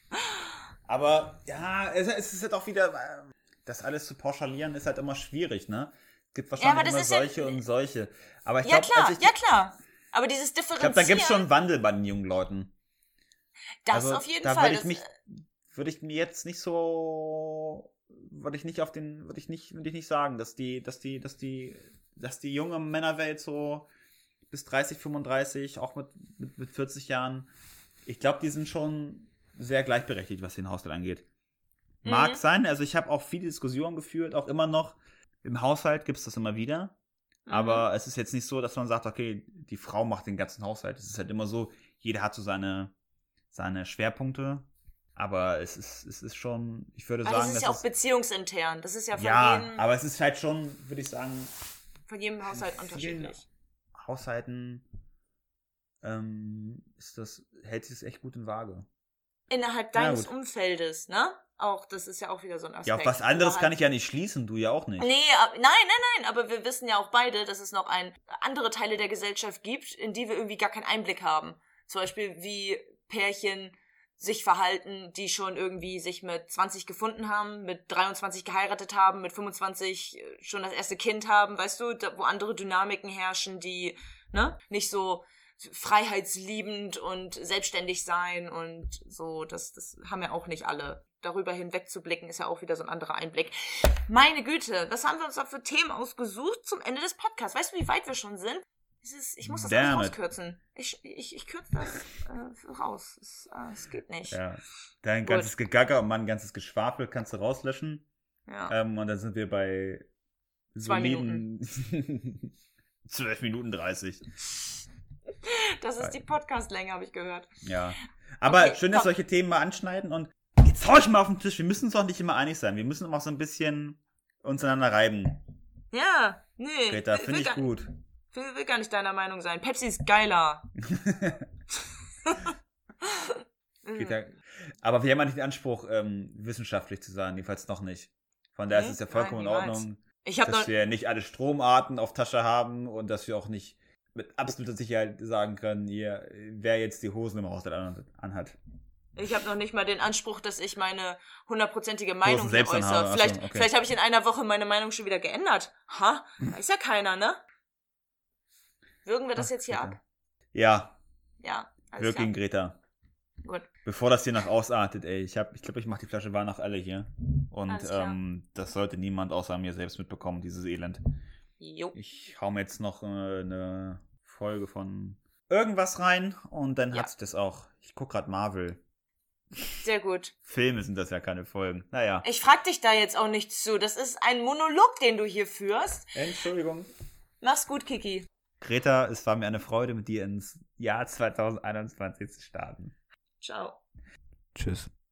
Aber, ja, es ist halt auch wieder, das alles zu pauschalieren ist halt immer schwierig, ne? Es gibt wahrscheinlich immer solche und solche. Aber ich glaube, klar. Aber dieses Differenzieren... Ich glaube, da gibt es schon einen Wandel bei den jungen Leuten. Das auf jeden Fall. Würde ich mir jetzt nicht so... Würde ich nicht sagen, dass die junge Männerwelt so bis 30, 35, auch mit 40 Jahren, ich glaube, die sind schon sehr gleichberechtigt, was den Haushalt angeht. Mag sein, also ich habe auch viele Diskussionen geführt, auch immer noch. Im Haushalt gibt es das immer wieder. Aber es ist jetzt nicht so, dass man sagt, okay, die Frau macht den ganzen Haushalt. Es ist halt immer so, jeder hat so seine Schwerpunkte. Aber es ist schon, ich würde sagen, das ist ja auch beziehungsintern. Das ist ja von jedem... aber es ist halt schon, würde ich sagen... Von jedem Haushalt unterschiedlich. Haushalten hält sich das echt gut in Waage. innerhalb deines Umfeldes, ne? Auch, das ist ja auch wieder so ein Aspekt. Ja, auf was anderes kann ich ja nicht schließen, du ja auch nicht. Nee, nein, aber wir wissen ja auch beide, dass es noch andere Teile der Gesellschaft gibt, in die wir irgendwie gar keinen Einblick haben. Zum Beispiel wie Pärchen sich verhalten, die schon irgendwie sich mit 20 gefunden haben, mit 23 geheiratet haben, mit 25 schon das erste Kind haben, weißt du, wo andere Dynamiken herrschen, die, ne, nicht so freiheitsliebend und selbstständig sein und so, das haben ja auch nicht alle. Darüber hinweg zu blicken, ist ja auch wieder so ein anderer Einblick. Meine Güte, was haben wir uns da für Themen ausgesucht zum Ende des Podcasts? Weißt du, wie weit wir schon sind? Ich muss das alles rauskürzen. Ich kürze das raus. Es geht nicht. Ja. Dein ganzes Gegacker und mein ganzes Geschwafel kannst du rauslöschen. Ja. Und dann sind wir bei 2 Minuten. 12 Minuten 30. Das ist die Podcast-Länge, habe ich gehört. Ja. Aber okay, schön, dass solche Themen mal anschneiden und jetzt hau ich mal auf den Tisch. Wir müssen uns doch nicht immer einig sein. Wir müssen auch so ein bisschen uns aneinander reiben. Ja, nee. Greta, finde ich gut. Will gar nicht deiner Meinung sein. Pepsi ist geiler. Aber wir haben ja nicht den Anspruch, wissenschaftlich zu sein. Jedenfalls noch nicht. Von daher ist es ja vollkommen in Ordnung, dass wir nicht alle Stromarten auf Tasche haben und dass wir auch nicht mit absoluter Sicherheit sagen können, hier, wer jetzt die Hosen im Haushalt anhat. Ich habe noch nicht mal den Anspruch, dass ich meine 100%ige Meinung hier äußere. Vielleicht habe ich in einer Woche meine Meinung schon wieder geändert. Ha? Weiß ja keiner, ne? Würgen wir das jetzt hier ab? Ja. Ja. Wirk gegen Greta. Gut. Bevor das hier nach ausartet, ey. Ich glaube, ich mache die Flasche Wein nach alle hier. Und das sollte niemand außer mir selbst mitbekommen, dieses Elend. Jo. Ich hau mir jetzt noch eine Folge von irgendwas rein und dann hat sich das auch. Ich guck gerade Marvel. Sehr gut. Filme sind das ja keine Folgen. Naja. Ich frag dich da jetzt auch nicht zu. Das ist ein Monolog, den du hier führst. Entschuldigung. Mach's gut, Kiki. Greta, es war mir eine Freude, mit dir ins Jahr 2021 zu starten. Ciao. Tschüss.